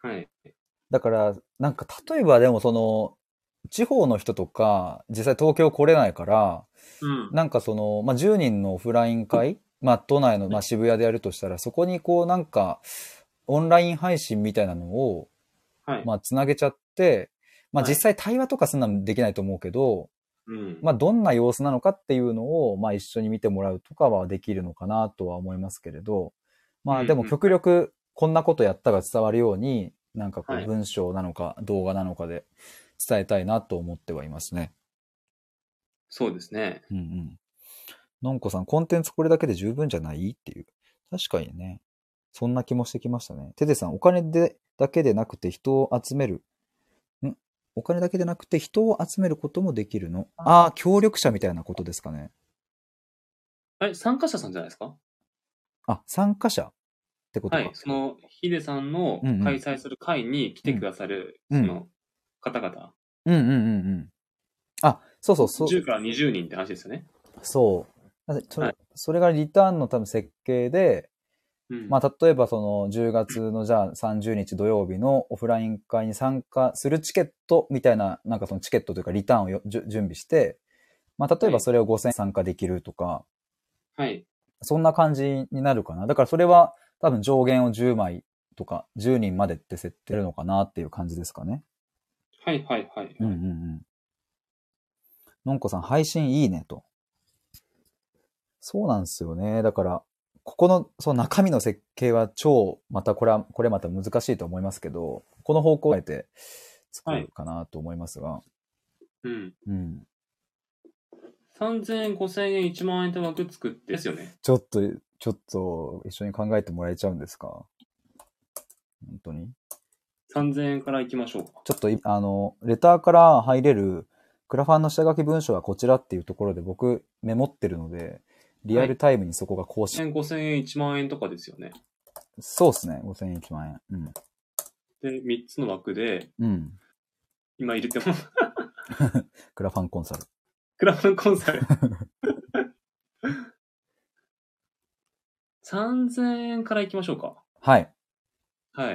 はい。 だから、なんか例えばでもその、地方の人とか、実際東京来れないから、 うん。 なんかその、まあ、じゅうにんのオフライン会、まあ、都内の、まあ、渋谷でやるとしたら、そこにこうなんか、オンライン配信みたいなのを、 はい。 まあ、つなげちゃって、まあ、 はい実際対話とかすんのはできないと思うけど、 うん。 まあ、どんな様子なのかっていうのを、まあ、一緒に見てもらうとかはできるのかなとは思いますけれど、まあ、でも極力、こんなことやったが伝わるように、なんかこう、 はい文章なのか、動画なのかで伝えたいなと思ってはいますね。 そうですね。 うんうん。のんこさん、コンテンツこれだけで十分じゃないっていう。確かにね。そんな気もしてきましたね。ててさん、お金でだけでなくて人を集める。んお金だけでなくて人を集めることもできるの？ああ、協力者みたいなことですかね。 え、参加者さんじゃないですか？ あ、参加者ってことか。 はい。その、ヒデさんのうんうん開催する会に来てくださる、 うんその方々。 うんうんうんうん。あ、そうそう、そうじゅうからにじゅうにんって話ですよね。 そう。だってそれ、 はいそれがリターンの多分設計で、 うん。 まあ、例えばそのじゅうがつのじゃあさんじゅうにち土曜日のオフライン会に参加するチケットみたいな、なんかそのチケットというかリターンをよじゅ準備して、まあ、例えばそれをごせんえん参加できるとか、 はい。 そんな感じになるかな。だからそれは多分上限をじゅうまいとかじゅうにんまでって設定るのかなっていう感じですかね。 はいはいはい。 うんうんうん。のんこさん、配信いいねと。そうなんですよね。だから、ここのその中身の設計は超、またこれは、これまた難しいと思いますけど、この方向を変えて作るかなと思いますが。 うん。 うん。 さんぜんえん、ごせんえん、いちまん円って枠作ってですよね。 ちょっと、ちょっと一緒に考えてもらえちゃうんですか？本当にさんぜんえんから行きましょうか。 ちょっとい、あの、レターから入れるクラファンの下書き文書はこちらっていうところで僕メモってるので、リアルタイムにそこが更新。 ごせんえん、いちまん円とかですよね。 そうですね。ごせんえん、いちまん円。うん。 で、みっつの枠で、 うん。 今入れても、 クラファンコンサル。 クラファンコンサル。さんぜんえんからいきましょうか。 はい。 はい。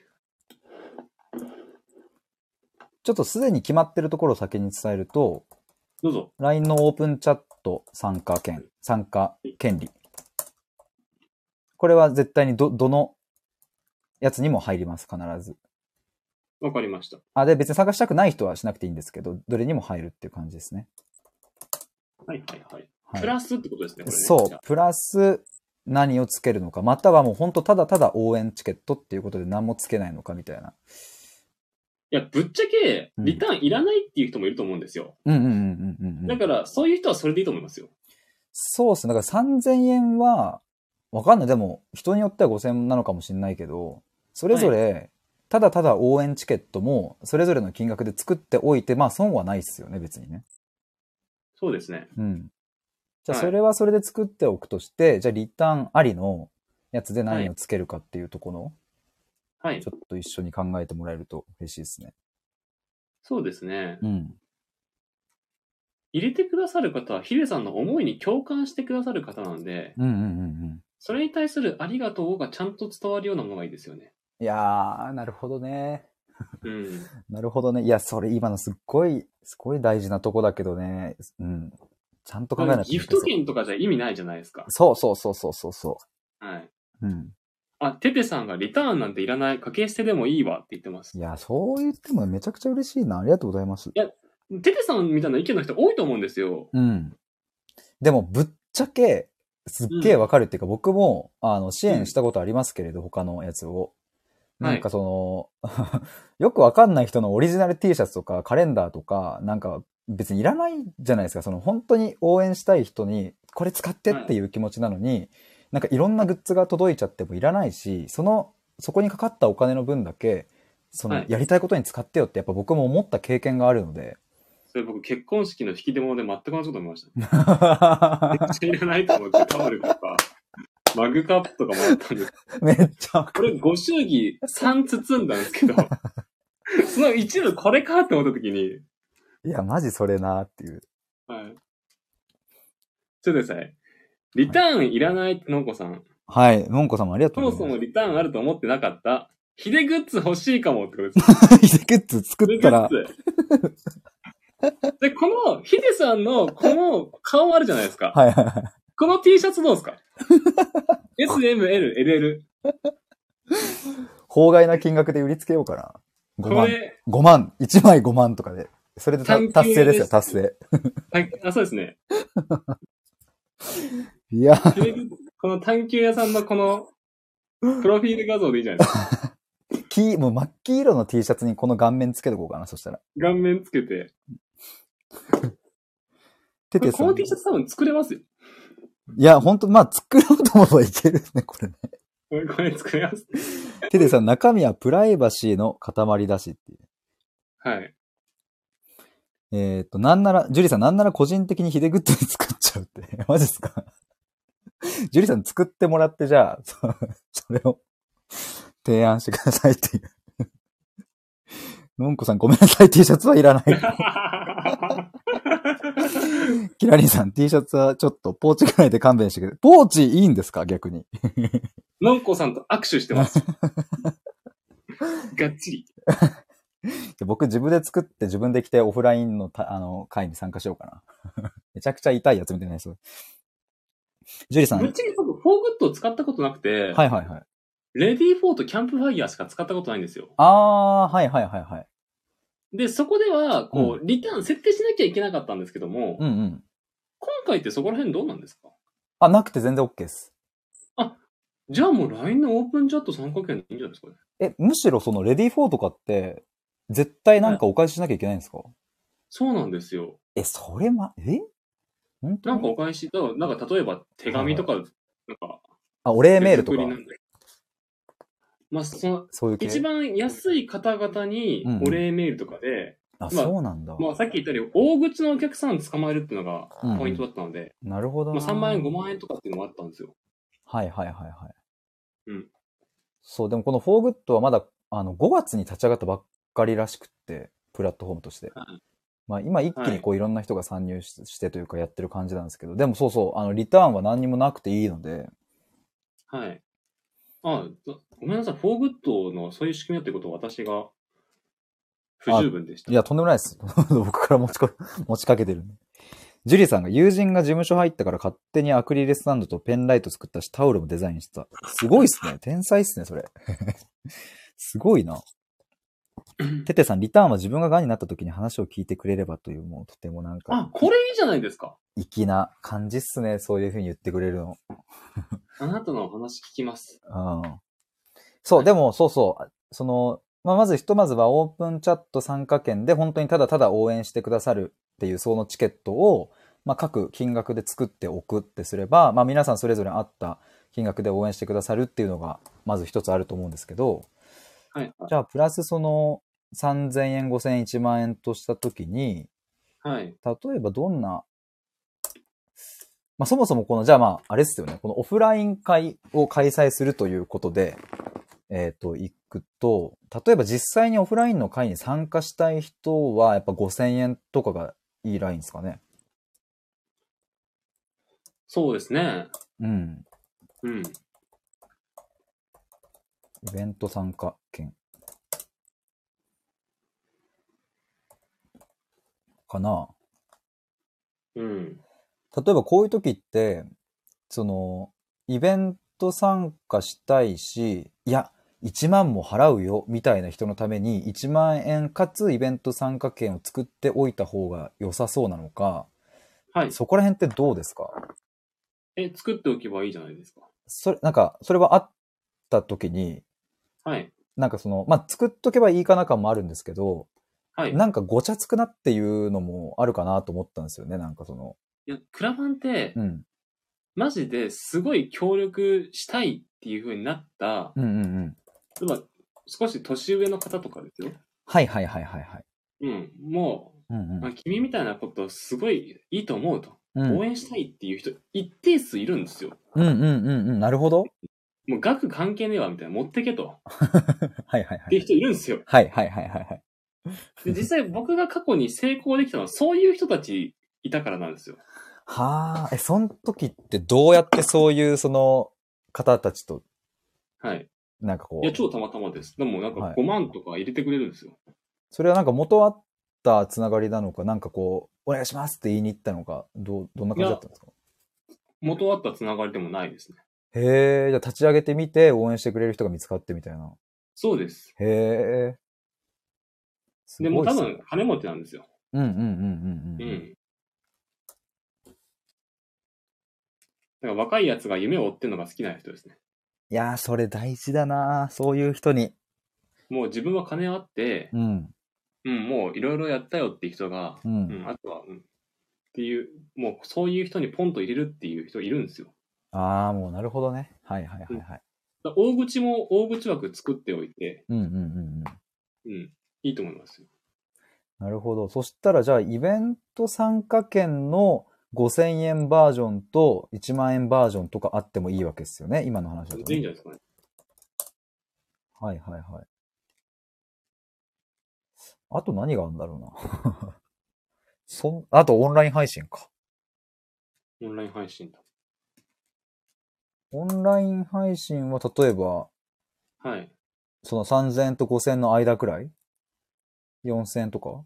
ちょっとすでに決まってるところを先に伝えると、 どうぞ。 ライン のオープンチャット参加権、参加権利。これは絶対にど、どのやつにも入ります、必ず。 わかりました。 あ、で、別に参加したくない人はしなくていいんですけど、どれにも入るっていう感じですね。 はいはいはい。 はい、 プラスってことですね、これね。 そう、プラス何をつけるのか、またはもう本当ただただ応援チケットっていうことで何もつけないのかみたいな。 いや、ぶっちゃけ、リターンいらないっていう人もいると思うんですよ。 うんうんうんうんうん。 だから、そういう人はそれでいいと思いますよ。 そうっすね。だからさんぜんえんは、わかんない。でも、人によってはごせんえんなのかもしれないけど、それぞれ、ただただ応援チケットも、それぞれの金額で作っておいて、まあ損はないっすよね、別にね。 そうですね。 うん。じゃあ、それはそれで作っておくとして、はい、じゃあ、リターンありのやつで何をつけるかっていうところ、はい、ちょっと一緒に考えてもらえると嬉しいですね。 そうですね。 うん。 入れてくださる方は、ヒデさんの思いに共感してくださる方なんで、 うんうんうんうん。 それに対するありがとうがちゃんと伝わるようなものがいいですよね。 いやー、なるほどね。 うん。 なるほどね。いや、それ今のすっごい、すごい大事なとこだけどね。うん。ちゃんと考えないと。 ギフト券とかじゃ意味ないじゃないですか。 そうそうそうそうそうそう。 はい。 うん。 あ、テテさんがリターンなんていらない、掛け捨てでもいいわって言ってます。 いや、そう言ってもめちゃくちゃ嬉しいな。ありがとうございます。いや、テテさんみたいな意見の人多いと思うんですよ。 うん。でも、ぶっちゃけ、すっげえわかるっていうか、うん、僕も、あの、支援したことありますけれど、うん、他のやつを。なんかその、はい、よくわかんない人のオリジナル T シャツとかカレンダーとか、なんか別にいらないじゃないですか。その本当に応援したい人に、これ使ってっていう気持ちなのに、はい、なんかいろんなグッズが届いちゃってもいらないし、その、そこにかかったお金の分だけ、その、やりたいことに使ってよってやっぱ僕も思った経験があるので。 それ僕結婚式の引き出物で全く同じこと思いました。めっちゃいらないと思ってタオルとか、マグカップとかもらったんです。 めっちゃ。 これご祝儀さん包んだんですけど、その一部これかって思った時に。 いや、マジそれなーっていう。 はい。ちょっとください。リターンいらないってのんこさん。 はい。のんこさんもありがとうございます。 そもそもリターンあると思ってなかった。ヒデグッズ欲しいかもってことです。 ヒデグッズ作ったら。 で、このヒデさんのこの顔あるじゃないですか。 はいはいはい。 この T シャツどうですか？ エス、エム、エル、エルエル。 法外な金額で売りつけようかな。ごまん。 これごまん。いちまいごまんとかで。それで達成ですよ、達成。 はい、あ、そうですね。 いや。 この探求屋さんのこの、プロフィール画像でいいじゃないですか。 黄、もう真っ黄色の T シャツにこの顔面つけとこうかな、そしたら。 顔面つけて。テテさん。この T シャツ多分作れますよ。 いや、ほんと、まあ、作ろうと思えばいけるね、これね。 これ、これ作れます。 テテさん、中身はプライバシーの塊だしっていう。 はい。 えっと、なんなら、ジュリさん、なんなら個人的にヒデグッズに作っちゃうって。マジっすか？ジュリさん作ってもらって、じゃあ、そ, それを提案してくださいっていう。のんこさんごめんなさい、T シャツはいらない。キラリンさん、T シャツはちょっとポーチぐらいで勘弁してくれ。ポーチいいんですか？逆に。 のんこさんと握手してます。がっちり。 僕自分で作って自分で着てオフラインのたあの会に参加しようかな。めちゃくちゃ痛いやつみたいなやつ。ジュリさん。 ぶっちゃけ僕、フォーグッドを使ったことなくて、 はいはいはい。 レディーフォーとキャンプファイヤーしか使ったことないんですよ。 あー、はいはいはいはい。 で、そこでは、こう、うん、リターン設定しなきゃいけなかったんですけども、 うんうん。 今回ってそこら辺どうなんですか？ あ、なくて全然 OK です。 あ、じゃあもう ライン のオープンチャット参加券でいいんじゃないですかね。 え、むしろそのレディーフォーとかって、絶対なんかお返ししなきゃいけないんですか？はい、 そうなんですよ。 え、それま、え本当になんかお返し、だからなんか例えば手紙とか、はい、なんか、 あ、お礼メールとか。 まあ、その、そういう一番安い方々にお礼メールとかで、 うんうん、あ、まあ、そうなんだ。 まあ、さっき言ったように、大口のお客さん捕まえるっていうのがポイントだったので、 うんうん、なるほどな。 まあ、さんまんえん、ごまんえんとかっていうのもあったんですよ。 はいはいはいはい。 うん。 そう、でもこのフォーグッドはまだ、あの、ごがつに立ち上がったばっかりらしくって、プラットフォームとして。はい、 まあ今一気にこういろんな人が参入し、してというかやってる感じなんですけど、でもそうそう、あの、リターンは何にもなくていいので。 はい。あ、ごめんなさい。フォーグッドのそういう仕組みだってことを私が不十分でした。 いや、とんでもないです。僕から持ちこ、持ちかけてるんで。ジュリーさんが友人が事務所入ったから勝手にアクリルスタンドとペンライト作ったし、タオルもデザインした。すごいっすね。天才っすね、それ。すごいな。テテさん、リターンは自分が癌になった時に話を聞いてくれればという、もうとてもなんか。 あ、これいいじゃないですか。 粋な感じっすね。そういう風に言ってくれるの。 あなたのお話聞きます。 うん。そう、はい、でも、そうそう。その、まあ、まずひとまずはオープンチャット参加券で本当にただただ応援してくださるっていうそのチケットを、まあ、各金額で作っておくってすれば、まあ、皆さんそれぞれあった金額で応援してくださるっていうのがまず一つあると思うんですけど、 はい、はい、 じゃあプラスそのさんぜんえん、ごせんえん、いちまん円としたときに、 はい、 例えばどんな、まあ、そもそもこの、じゃあまあ、あれですよね、このオフライン会を開催するということで、えっと、行くと、例えば実際にオフラインの会に参加したい人は、やっぱごせんえんとかがいいラインですかね。 そうですね。 うん。 うん。 イベント参加券。かな。 うん。 例えばこういう時って、その、イベント参加したいし、いや、いちまんも払うよ、みたいな人のためにいちまんえんかつイベント参加券を作っておいた方が良さそうなのか、 はい。 そこら辺ってどうですか？ え、作っておけばいいじゃないですか。 それ、なんか、それはあった時に、 はい。 なんかその、まあ、作っとけばいいかな感もあるんですけど、 はい。 なんかごちゃつくなっていうのもあるかなと思ったんですよね、なんかその。 いや、クラファンって、 うん。 マジですごい協力したいっていう風になった、 うんうんうん。 例えば、少し年上の方とかですよ。 はいはいはいはいはい。 うん。もうんうう、まあ、 ん。 君みたいなことすごいいいと思うと。 うん。 応援したいっていう人、一定数いるんですよ。 うんうんうんうん。なるほど。 もう額関係ねえわ、みたいな。持ってけと。 はいはいはい。 っていう人いるんですよ。 はいはいはいはいはい。 で、実際僕が過去に成功できたのは、そういう人たちいたからなんですよ。 はあ、え、その時ってどうやってそういうその方たちと、 はい。 なんかいや、 こ超たまたまです。でもなんう、 かはい。 ごまんとか入れてくれるんですよ。 それはなんか元あったつながりなのか、なんかこう、お願いしますって言いに行ったのか、どう、どんな感じだったんですか？ 元あったつながりでもないですね。 へえ、じゃあ立ち上げてみて応援してくれる人が見つかってみたいな。 そうです。 へえ、すでもごいっすね。 多分金持ちなんですよ。 うんうんうんうんうんうん。 うん。だから若いやつが夢を追ってるのが好きな人ですね。 いやー、それ大事だなー、そういう人に。 もう自分は金あって、 うん。 うん、もういろいろやったよっていう人が、 うん。 うん、あとは、うん、っていう、もうそういう人にポンと入れるっていう人いるんですよ。 ああ、もうなるほどね。はいはいうん。 はいはい。 だ大口も大口枠作っておいて、 うんうんうんうん。 うん、いいと思いますよ。 なるほど。そしたらじゃあイベント参加券のごせんえんバージョンといちまん円バージョンとかあってもいいわけですよね。今の話だとね。 全然いいんじゃないですかね。 はいはいはい。あと何があるんだろうな。そん、あとオンライン配信か。 オンライン配信だ。 オンライン配信は例えば、 はい。 そのさんぜんえんとごせんえんの間くらい ?よんせんえんとか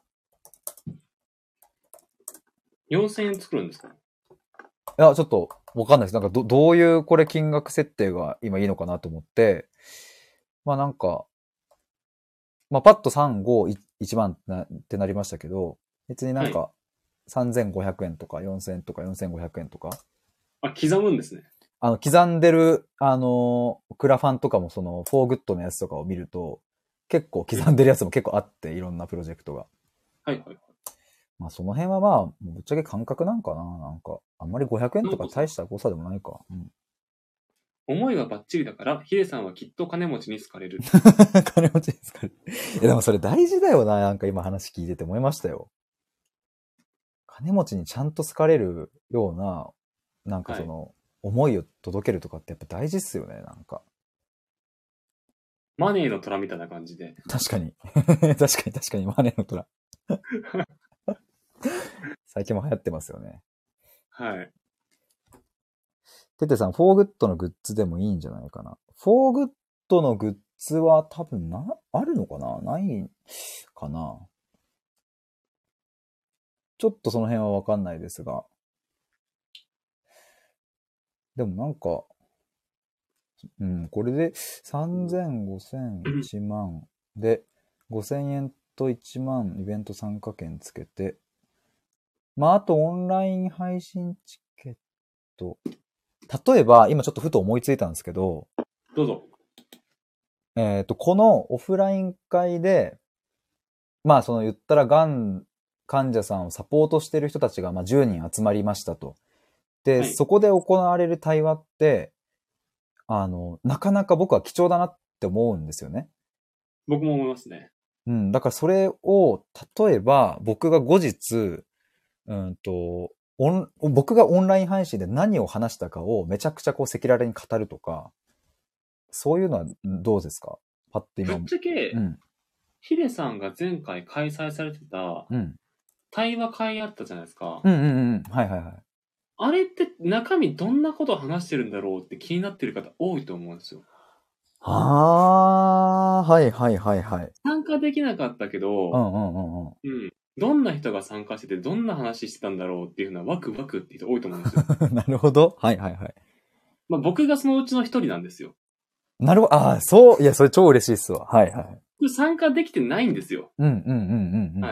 よんせんえん作るんですか？ いや、ちょっとわかんないです。なんかど、どういうこれ金額設定が今いいのかなと思って、まあなんか、まあパッとさん、ご、いちまんってなってなりましたけど、別になんはい。 かさんぜんごひゃくえんとかよんせんえんとかよんせんごひゃくえんとか、 あ、刻むんですね。 あの、刻んでる、あの、クラファンとかもその、フォーグッドのやつとかを見ると、結構刻んでるやつも結構あって、いろんなプロジェクトが。 はいはい。 まあその辺はまあ、ぶっちゃけ感覚なんかな、なんか。あんまりごひゃくえんとかなんかさ、 大した誤差でもないか。うん。 思いはバッチリだから、ヒデさんはきっと金持ちに好かれる。 金持ちですかね。いやでもそれ大事だよな、なんか今話聞いてて思いましたよ。金持ちにちゃんと好かれるような、なんかはい。 その、思いを届けるとかってやっぱ大事っすよね、なんか。 マネーの虎みたいな感じで。 確かに。確かに確かに、マネーの虎。 最近も流行ってますよね。 はい。 ててさん、フォーグッドのグッズでもいいんじゃないかな。フォーグッドのグッズは多分な、あるのかなないかな。ちょっとその辺はわかんないですが。でもなんか、うん、これでさんぜん、ごせん、いちまんで、ごせんえんといちまんイベント参加券つけて、まあ、あとオンライン配信チケット。例えば、今ちょっとふと思いついたんですけど、 どうぞ。 えっと、このオフライン会で、まあ、その言ったら、がん患者さんをサポートしてる人たちが、まあ、じゅうにん集まりましたと。で、 はい。 そこで行われる対話って、あの、なかなか僕は貴重だなって思うんですよね。 僕も思いますね。 うん。だからそれを、例えば、僕が後日、うんと、オン僕がオンライン配信で何を話したかをめちゃくちゃこう赤裸々に語るとか、そういうのはどうですか？パッて今。 ぶっちゃけ、 うん。 ヒデさんが前回開催されてたうん。 対話会あったじゃないですか。 うんうんうん。はいはいはい。 あれって中身どんなことを話してるんだろうって気になってる方多いと思うんですよ。 あー、はいはいはいはい。 参加できなかったけど、 うんうんうんうん。 うん。どんな人が参加してて、どんな話してたんだろうっていうのはワクワクって人多いと思うんですよ。 なるほど。はいはいはい。 まあ僕がそのうちの一人なんですよ。 なるほど。ああ、そう。いや、それ超嬉しいっすわ。はいはい。 僕参加できてないんですよ。 うんうんうんうんはい。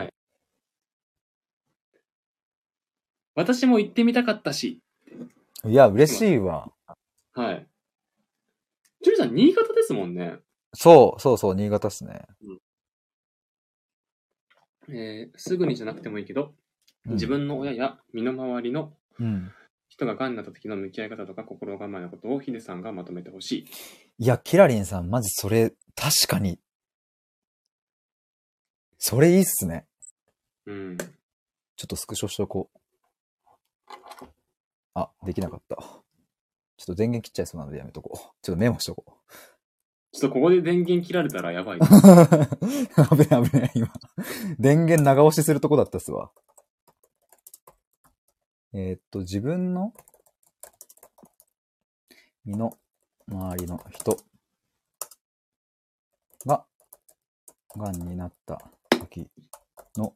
私も行ってみたかったし。 うん。いや、嬉来てます。 しいわ。 はい。ジュリさん、新潟ですもんね。 そう、そうそう、新潟っすね。 えーすぐにじゃなくてもいいけど、 うん。 自分の親や身の回りのうん。 人が癌になった時の向き合い方とか心構えのことをヒデさんがまとめてほしい。 いや、キラリンさん、マジそれ、確かに、それいいっすね。 うん。 ちょっとスクショしとこう。あ、できなかった。ちょっと電源切っちゃいそうなのでやめとこう。ちょっとメモしとこう。 ちょっとここで電源切られたらやばい。 危ない危ない、今。電源長押しするとこだったっすわ。えーっと、自分の身の周りの人が癌になった時の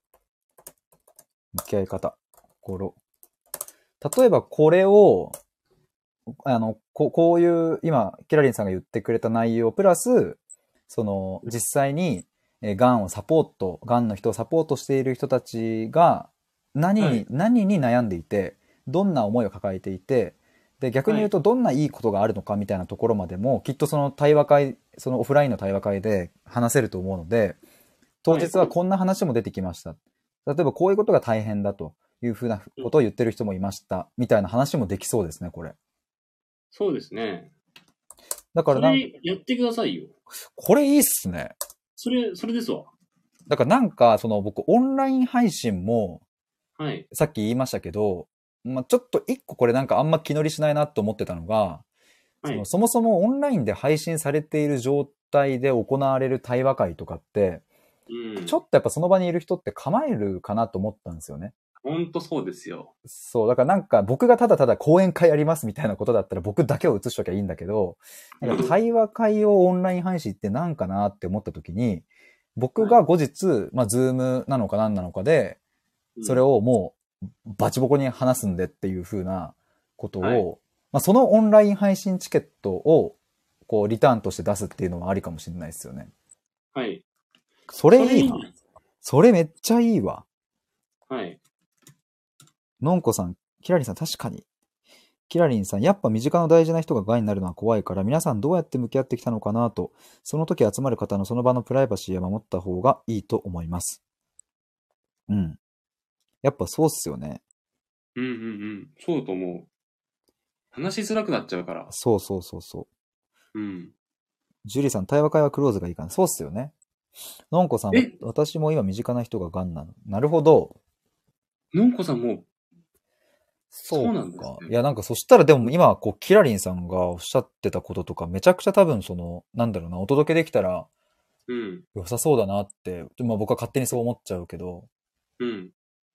向き合い方、心。例えばこれを、あの、ここういう、今、キラリンさんが言ってくれた内容、プラス、その、実際に、えー、癌をサポート、癌の人をサポートしている人たちが、何に、 はい。 何に悩んでいて、どんな思いを抱えていて、で、逆にはい。 言うと、どんないいことがあるのかみたいなところまでも、きっとその対話会、そのオフラインの対話会で話せると思うので、当はい。 日はこんな話も出てきました。例えばこういうことが大変だというふうなことを言ってる人もいました。みたいな話もできそうですね、これ。 そうですね。そだからなん、 れやってくださいよ。 これいいっすね。 それ、それですわ。 だからなんか、その僕オンライン配信も、 はい。 さっき言いましたけど、まあ、ちょっと一個これなんかあんま気乗りしないなと思ってたのが、そのはい。 そもそもオンラインで配信されている状態で行われる対話会とかって、 うん。 ちょっとやっぱその場にいる人って構えるかなと思ったんですよね。 ほんとそうですよ。 そう、だからなんか僕がただただ講演会やりますみたいなことだったら僕だけを映しときゃいいんだけど、なんか対話会をオンライン配信ってなんかなって思った時に、僕はい。 が後日、まあズームなのか何なのかで、それうん。 をもうバチボコに話すんでっていう風なことはい。 を、まあそのオンライン配信チケットをこうリターンとして出すっていうのはありかもしれないですよね。 はい。 そそれいいな。 れいいね。 それめっちゃいいわ。 はい。 のんこさん、キラリンさん確かに。キラリンさん、やっぱ身近な大事な人が癌になるのは怖いから、皆さんどうやって向き合ってきたのかなと、その時集まる方のその場のプライバシーは守った方がいいと思います。うん。やっぱそうっすよね。 うんうんうん。そうだと思う。話しづらくなっちゃうから。 そうそうそうそう。 うん。 ジュリーさん、対話会はクローズがいいかな。そうっすよね。のんこさんは、 え、 私も今身近な人が癌なの。なるほど。 のんこさんも、 そうそうなんですか。いね。 や、なんかそしたらでも今、こう、キラリンさんがおっしゃってたこととか、めちゃくちゃ多分その、なんだろうな、お届けできたらうん。 良さそうだなって、まあ僕は勝手にそう思っちゃうけど、 うん。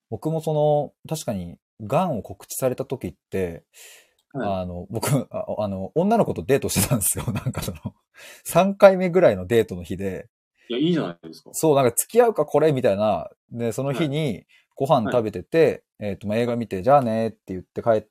僕もその、確かに、癌を告知された時って、 はい。 あの、僕、あ、あの、女の子とデートしてたんですよ。なんかその、さんかいめぐらいのデートの日で、 いや、いいじゃないですか。 そう、なんか付き合うかこれみたいな。で、そのはい。 日にご飯はい。 食べてて、えっと、まあ、映画見て、じゃあねって言って帰った、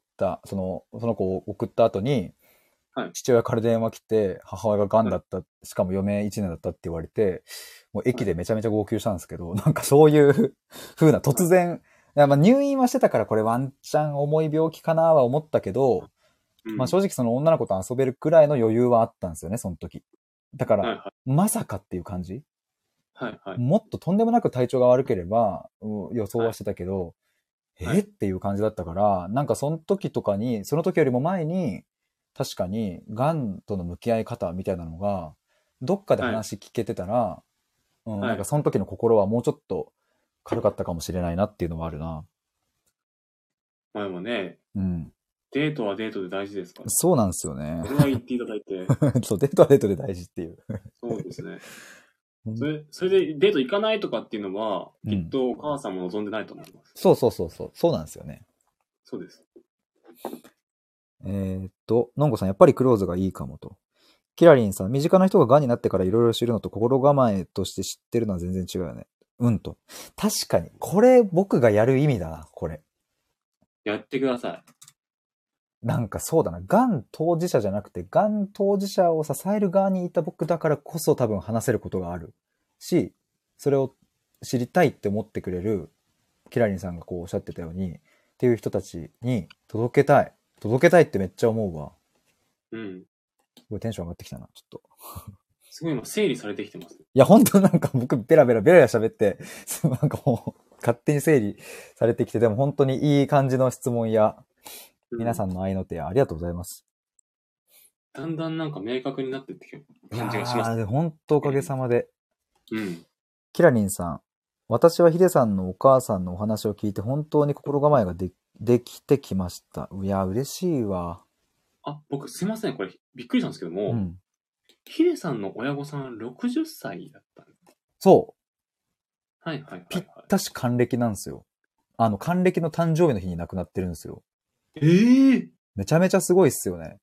その、その子を送った後に、 はい。 父親から電話来て、母親が癌はい。 だった、しかも余命いちねんだったって言われて、もうはい。 駅でめちゃめちゃ号泣したんですけど、なんかそういう風な突は然、いやまあ入院はしてたからこれワンチャン重い病気かなは思ったけど、 い。うん。 まあ正直その女の子と遊べるくらいの余裕はあったんですよね、その時。だから、 はい。はい。 まさかっていう感じ。 はい。はい。 もっととんでもなく体調が悪ければ、うん予想はい。 はしてたけど、 はい。 えっていう感じだったから、なんかその時とかに、その時よりも前に、確かに、癌との向き合い方みたいなのが、どっかではい。 話聞けてたら、うん、 はい。 なんかその時の心はもうちょっと軽かったかもしれないなっていうのはあるな。 まあでもね、 うん。 デートはデートで大事ですから。 そうなんですよね。 それは言っていただいて、 そう、デートはデートで大事っていう。 そうですね。 うん。 それ、それでデート行かないとかっていうのは、きっうんとお母さんも望んでないと思います。 そうそうそうそう。そうなんですよね。 そうです。 えーっと、のんこさん、やっぱりクローズがいいかもと。キラリンさん、身近な人が癌になってからいろいろ知るのと心構えとして知ってるのは全然違うよね。うんと。確かに。これ僕がやる意味だな、これ。 やってください。 なんかそうだな。癌当事者じゃなくて、癌当事者を支える側にいた僕だからこそ多分話せることがあるし、それを知りたいって思ってくれるキラリンさんがこうおっしゃってたように、っていう人たちに届けたい。届けたいってめっちゃ思うわ。 うん。 すごいテンション上がってきたな、ちょっと。 すごい今整理されてきてますね。 いや、本当なんか僕ベラベラベラベラ喋って、そうなんかもう勝手に整理されてきて、でも本当にいい感じの質問やうん。 皆さんの愛の手ありがとうございます。 だんだんなんか明確になってってきるい感じがします。 やー、本当おかげさまで。 うん。 キラリンさん、私はヒデさんのお母さんのお話を聞いて本当に心構えがでできてきました。いや、嬉しいわ。 あ、僕すいません。これびっくりしたんですけども、 うん。 ヒデさんの親御さんろくじゅっさいだったんです。 そう。 はいはいぴっはいはい。 たし還暦なんですよ。あの、還暦の誕生日の日に亡くなってるんですよ。 ええー、 めちゃめちゃすごいっすよね。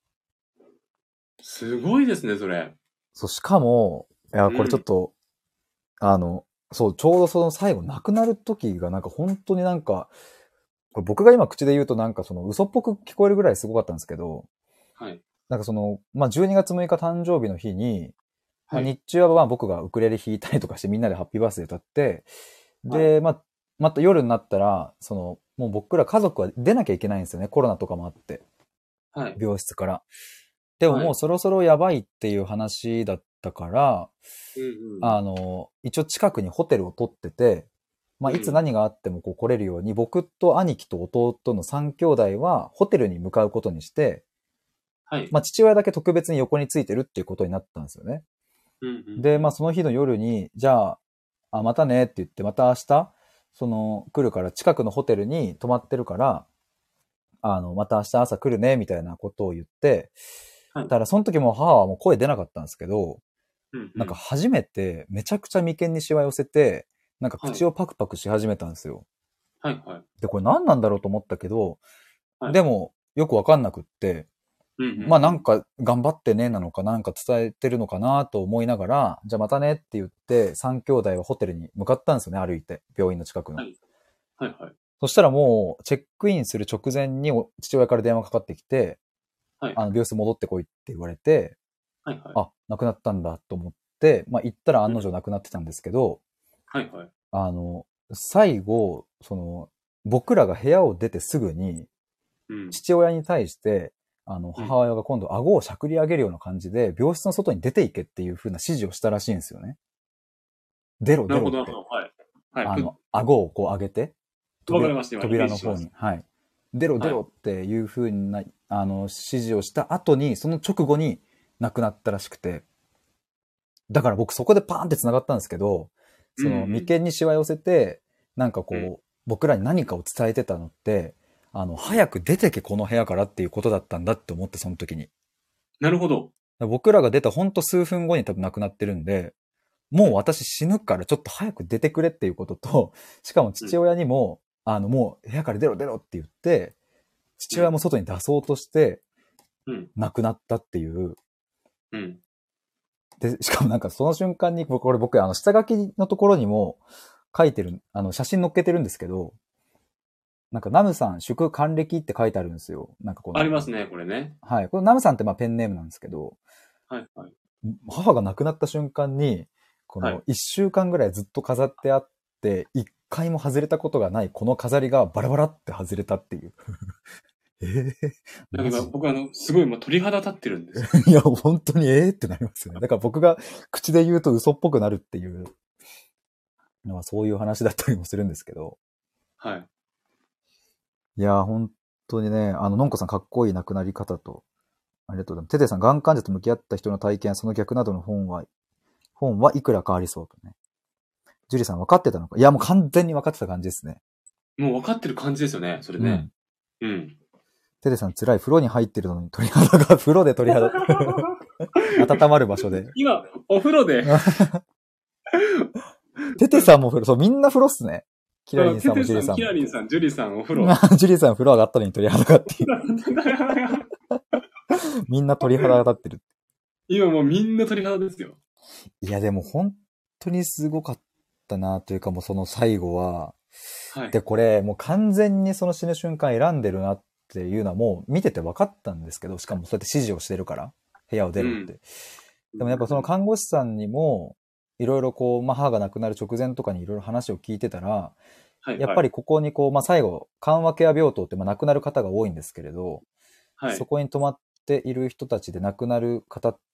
すごいですね、それ。 そう、しかも、いや、これちょっうん。 と、あの、そう、ちょうどその最後亡くなる時がなんか本当になんか、これ僕が今口で言うとなんかその嘘っぽく聞こえるぐらいすごかったんですけど、 はい。 なんかその、まあ、じゅうにがつむいか誕生日の日に、まあ、 はい。 日中はまあ僕がウクレレ弾いたりとかしてみんなでハッピーバースデー歌って、 はい。 で、まあ、また夜になったら、その、もう僕ら家族は出なきゃいけないんですよね。コロナとかもあって、 はい。 病室から。でもはい。 もうそろそろやばいっていう話だったから、 うんあの、一応近くにホテルを取ってて、まあ、 うん。 いつうん。 何があってもこう来れるように、僕と兄貴と弟のさん兄弟はホテルに向かうことにして、 はい。 まあ、父親だけ特別に横についてるっていうことになったんですよね。 うんうんで、まあ、 うん。 その日の夜に、じゃあ、あ、またねって言って、また明日、その、来るから、近くのホテルに泊まってるから、あの、また明日朝来るね、みたいなことを言って、 はい。 ただその時も母はもう声出なかったんですけど、なんかうんうん。 初めてめちゃくちゃ眉間にシワ寄せて、なんかはい。 口をパクパクし始めたんですよ。 はいはい。 で、これ何なんだろうと思ったけど、 はい。 でもよくわかんなくって、 うんうんまあうん。 なんか頑張ってねなのかなんか伝えてるのかなと思いながら、じゃあまたねって言ってさん兄弟はホテルに向かったんですよね、歩いて。病院の近くの。 はい。はいはい。 そしたらもうチェックインする直前に父親から電話かかってきて、 はい。 あの病室戻ってこいって言われて、 はいはい。 あ、亡くなったんだと思って、まあ行ったらうん。 案の定亡くなってたんですけど、 はいはい。 あの、最後、その、僕らが部屋を出てすぐに、 うん。 父親に対して、あの、 うん。 母親が今度顎をしゃくり上げるような感じで、病室の外に出ていけっていう風な指示をしたらしいんですよね。出ろな出ろって。 るほどなるほど。はい。はい。ふあの、顎をこう上げて、扉、 わかりました。今、イメー扉の方に、 ジしました。 はい。出ろ出はい。 ろっていう風な、あの、指示をした後に、その直後に亡くなったらしくて、だから僕そこでパーンって繋がったんですけど、 うんうその眉ん。 間にしわ寄せて、なんかうん。 こう、僕らに何かを伝えてたのって、あの、 うん。 早く出てけこの部屋からっていうことだったんだって思って、その時に。 なるほど。 僕らが出たほんと数分後に多分亡くなってるんで、もううん。 私死ぬからちょっと早く出てくれっていうことと、しかもうん。 父親にも、 あの、もう部屋から出ろ出ろって言って、父親も外に出そうとして、 うん。 亡くなったっていう。 うん。 で、しかもなんかその瞬間に、これ僕、あの、下書きのところにも書いてる、あの、写真載っけてるんですけど、なんかナムさん祝還暦って書いてあるんですよ。なんかこの。 ありますね、これね。 はい。このナムさんってまあペンネームなんですけど、 はいはい。 母が亡くなった瞬間に、この一週間ぐらいずっと飾ってあって、一回も外れたことがないこの飾りがバラバラって外れたっていう。えー、 なんか今僕あの、すごい今鳥肌立ってるんですよ。 いや、本当にえーってなりますよね。だから僕が口で言うと嘘っぽくなるっていうのはそういう話だったりもするんですけど。 はい。 いや、本当にね、あの、のんこさんかっこいい亡くなり方と、ありがとうございます。テテさん、がん患者と向き合った人の体験、その逆などの本は、本はいくらかありそうとね。ジュリさん分かってたのかいや、もう完全に分かってた感じですね。 もう分かってる感じですよね、それね。うん。うん、 テテさん辛い。風呂に入ってるのに鳥肌が、風呂で鳥肌。温まる場所で。 今、お風呂で。 テテさんも風呂、そう、みんな風呂っすね。キラリンさんもジュリさんも。 キラリンさん、ジュリさん、お風呂。 ジュリさん風呂上がったのに鳥肌がっていう。みんな鳥肌が立ってる。 今もうみんな鳥肌ですよ。 いや、でも本当にすごかったなというか、もうその最後は。はい。で、これ、もう完全にその死ぬ瞬間選んでるなっていうのはもう見てて分かったんですけど、しかもそうやって指示をしてるから、部屋を出るって。うん、でもやっぱその看護師さんにも、いろいろこう、まあ、母が亡くなる直前とかにいろいろ話を聞いてたら、はいはい、やっぱりここにこう、まあ、最後、緩和ケア病棟ってまあ亡くなる方が多いんですけれど、はい、そこに泊まっている人たちで亡くなる方って、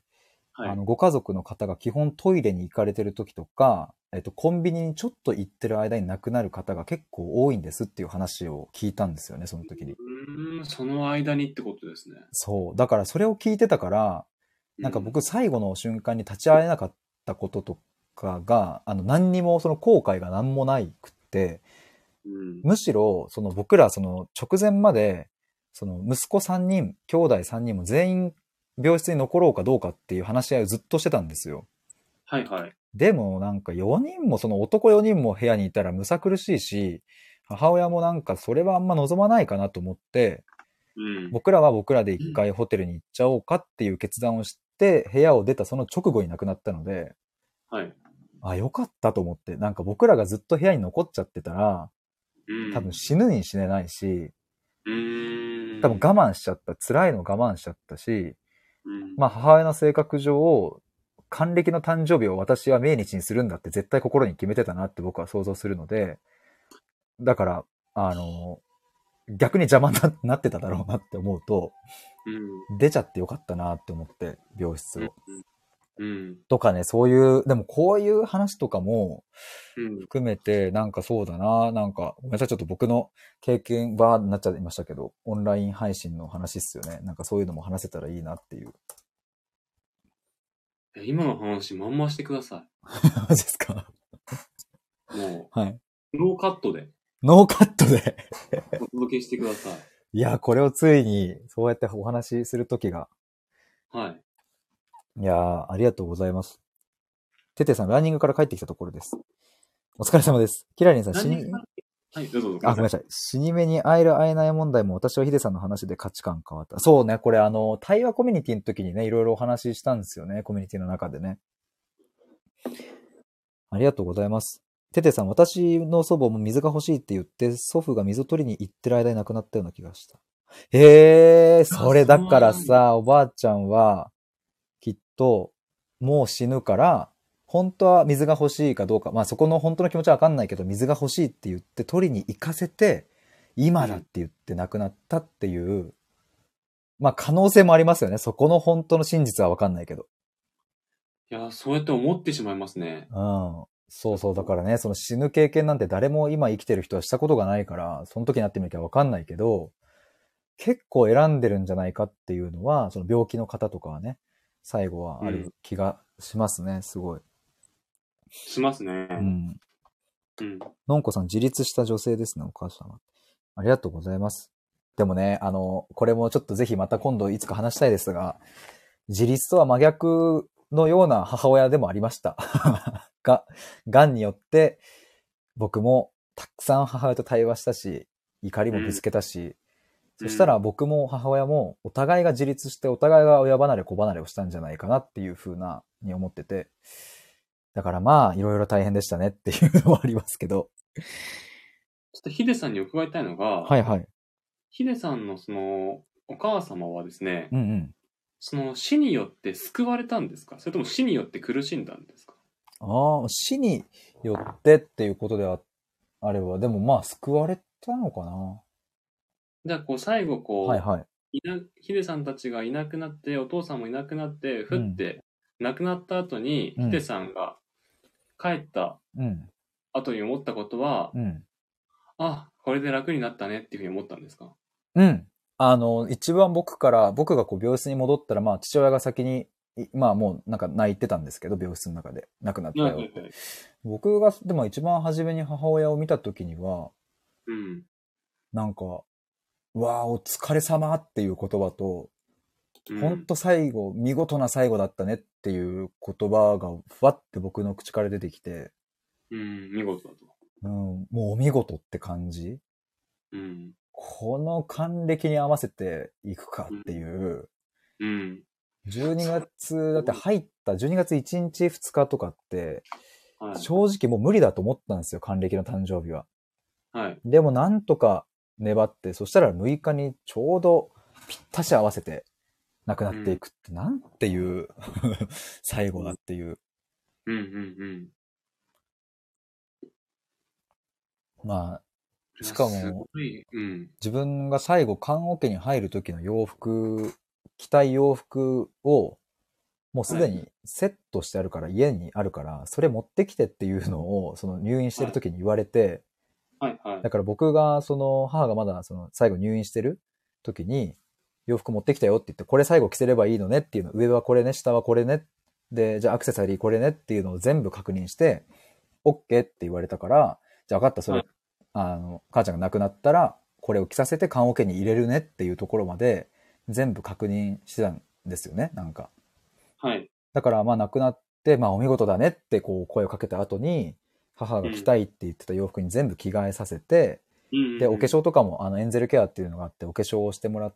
はい、あのご家族の方が基本トイレに行かれてる時とか、えっと、コンビニにちょっと行ってる間に亡くなる方が結構多いんですっていう話を聞いたんですよね、その時に。 うん、その間にってことですね。 そう。だからそれを聞いてたから、なんか僕最後の瞬間に立ち会えなかったこととかが、あの何にもその後悔が何もないくって、うん、むしろその僕らその直前まで、その息子さんにん、兄弟さんにんも全員病室に残ろうかどうかっていう話し合いをずっとしてたんですよ。 はいはい。 でもなんかよにんもその男よにんも部屋にいたらむさ苦しいし、母親もなんかそれはあんま望まないかなと思って、うん、僕らは僕らで一回ホテルに行っちゃおうかっていう決断をして部屋を出たその直後に亡くなったので、はい。あ、よかったと思って、なんか僕らがずっと部屋に残っちゃってたら、うん、多分死ぬに死ねないし、うん、多分我慢しちゃった、辛いの我慢しちゃったし、うん、まあ母親の性格上、還暦の誕生日を私は命日にするんだって絶対心に決めてたなって僕は想像するので、だから、あの、逆に邪魔になってただろうなって思うと、うん、出ちゃってよかったなって思って、病室を。うんうん、とかね、そういう、でもこういう話とかも含めて、なんかそうだな、なんか、ごめんなさい、ちょっと僕の経験バーになっちゃいましたけど、オンライン配信の話っすよね。なんかそういうのも話せたらいいなっていう。 今の話まんましてください。 マジですか？ もう、はい。 ノーカットで。 ノーカットでお届けしてください。 いや、これをついに、そうやってお話しするときが。 はい。 いやー、ありがとうございます。テテさん、ランニングから帰ってきたところです。お疲れ様です。キラリンさん、死に、 はい、どうぞどうぞ。 あ、ごめんなさい。死に目に会える会えない問題も私はヒデさんの話で価値観変わった。そうね、これあの、対話コミュニティの時にね、いろいろお話ししたんですよね、コミュニティの中でね。ありがとうございます。テテさん、私の祖母も水が欲しいって言って、祖父が水を取りに行ってる間に亡くなったような気がした。へえ、それだからさ、おばあちゃんは、きっと、もう死ぬから、本当は水が欲しいかどうか、まあそこの本当の気持ちはわかんないけど、水が欲しいって言って取りに行かせて、今だって言って亡くなったっていう、うん、まあ可能性もありますよね。そこの本当の真実はわかんないけど。 いや、そうやって思ってしまいますね。 うん。そうそう。だからね、その死ぬ経験なんて誰も今生きてる人はしたことがないから、その時になってみなきゃわかんないけど、結構選んでるんじゃないかっていうのは、その病気の方とかはね、最後はある気がしますね、うん、すごい。 しますね。 うん。うん。のんこさん、自立した女性ですね、お母様。ありがとうございます。でもね、あの、これもちょっとぜひまた今度いつか話したいですが、自立とは真逆のような母親でもありました。が、癌によって僕もたくさん母親と対話したし、怒りもぶつけたし、うん、そしたら僕も母親もお互いが自立してお互いが親離れ子離れをしたんじゃないかなっていう風なに思ってて、だからまあいろいろ大変でしたねっていうのはありますけど。 ちょっとヒデさんに伺いたいのが、 はいはい。 ヒデさんのそのお母様はですね、 うんうん、 その死によって救われたんですか？それとも死によって苦しんだんですか？ ああ、死によってっていうことではあれば、でもまあ救われたのかな。 じゃあこう最後こう、 はいはい。 いなヒデさんたちがいなくなって、お父さんもいなくなって、ふって亡くなった後に、うん、ヒデさんが帰った後に思ったことは、うん、あ、これで楽になったねっていうふうに思ったんですか？ うん。あの、一番僕から、僕がこう病室に戻ったら、まあ父親が先に、まあもうなんか泣いてたんですけど、病室の中で亡くなったよって。はいはいはい、僕が、でも一番初めに母親を見た時には、うん、なんか、わあ、お疲れ様っていう言葉と、うん、ほんと最後、見事な最後だったねっていう言葉が、ふわって僕の口から出てきて、 うん、見事だと。 うん、もうお見事って感じ。うん、この還暦に合わせていくかっていう、うん、じゅうにがつ、だって入ったじゅうにがついちにちふつかとかって、はい、正直もう無理だと思ったんですよ、還暦の誕生日は。はい。でもなんとか粘って、そしたらむいかにちょうどぴったし合わせて亡くなっていくって、うん、なんていう最後だっていう。うんうんうん。まあ、しかも、うん、自分が最後棺桶に入る時の洋服、着たい洋服を、もうすでにセットしてあるから、はい、家にあるから、それ持ってきてっていうのを、その入院してる時に言われて、はいはいはい、だから僕が、その母がまだその最後入院してる時に、洋服持ってきたよって言って、これ最後着せればいいのねっていうの、上はこれね、下はこれね、で、じゃあアクセサリーこれねっていうのを全部確認して、OK って言われたから、じゃあ分かった、それ、はい、あの、母ちゃんが亡くなったら、これを着させて棺桶に入れるねっていうところまで、全部確認してたんですよね、なんか。はい。だから、まあ亡くなって、まあお見事だねってこう声をかけた後に、母が着たいって言ってた洋服に全部着替えさせて、うん、で、お化粧とかも、あの、エンゼルケアっていうのがあって、お化粧をしてもらって、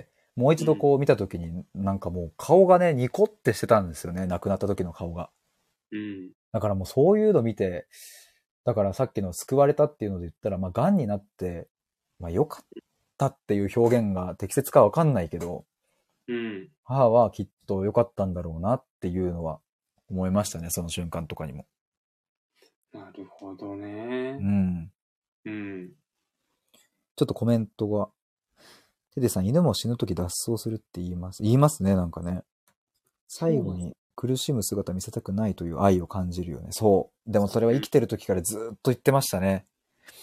もう一度こう見たときに、なんかもう顔がね、ニコってしてたんですよね、亡くなった時の顔が。うん。だからもうそういうの見て、だからさっきの救われたっていうので言ったら、まあ、癌になって、まあ、良かったっていう表現が適切かわかんないけど、うん、母はきっと良かったんだろうなっていうのは思いましたね、その瞬間とかにも。 なるほどね。 うん。うん。ちょっとコメントが、テデさん、犬も死ぬとき脱走するって言います。言いますね、なんかね。最後に苦しむ姿見せたくないという愛を感じるよね。そう。でもそれは生きてる時からずっと言ってましたね。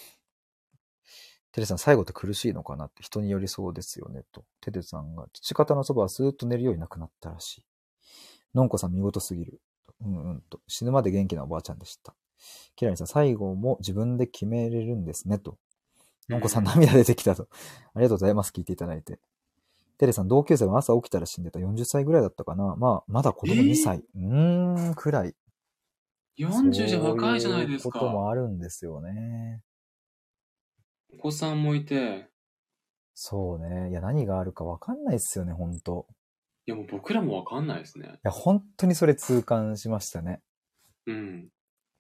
テレさん、最後って苦しいのかなって人によりそうですよね。と。テレさんが、父方のそばはスーッと寝るようになくなったらしい。のんこさん見事すぎる。うんうんと。死ぬまで元気なおばあちゃんでした。キラリさん、最後も自分で決めれるんですね。と。のんこさん涙出てきたと。ありがとうございます。聞いていただいて。テレさん、同級生は朝起きたら死んでた。よんじゅっさいぐらいだったかな。まあ、まだ子供にさい。えー、うーん、くらい。 よんじゅうじゃ若いじゃないですか。 そういうこともあるんですよね。 お子さんもいて。 そうね。いや、何があるか分かんないですよね、ほんと。 いや、もう僕らも分かんないですね。いや、本当にそれ痛感しましたね。うん。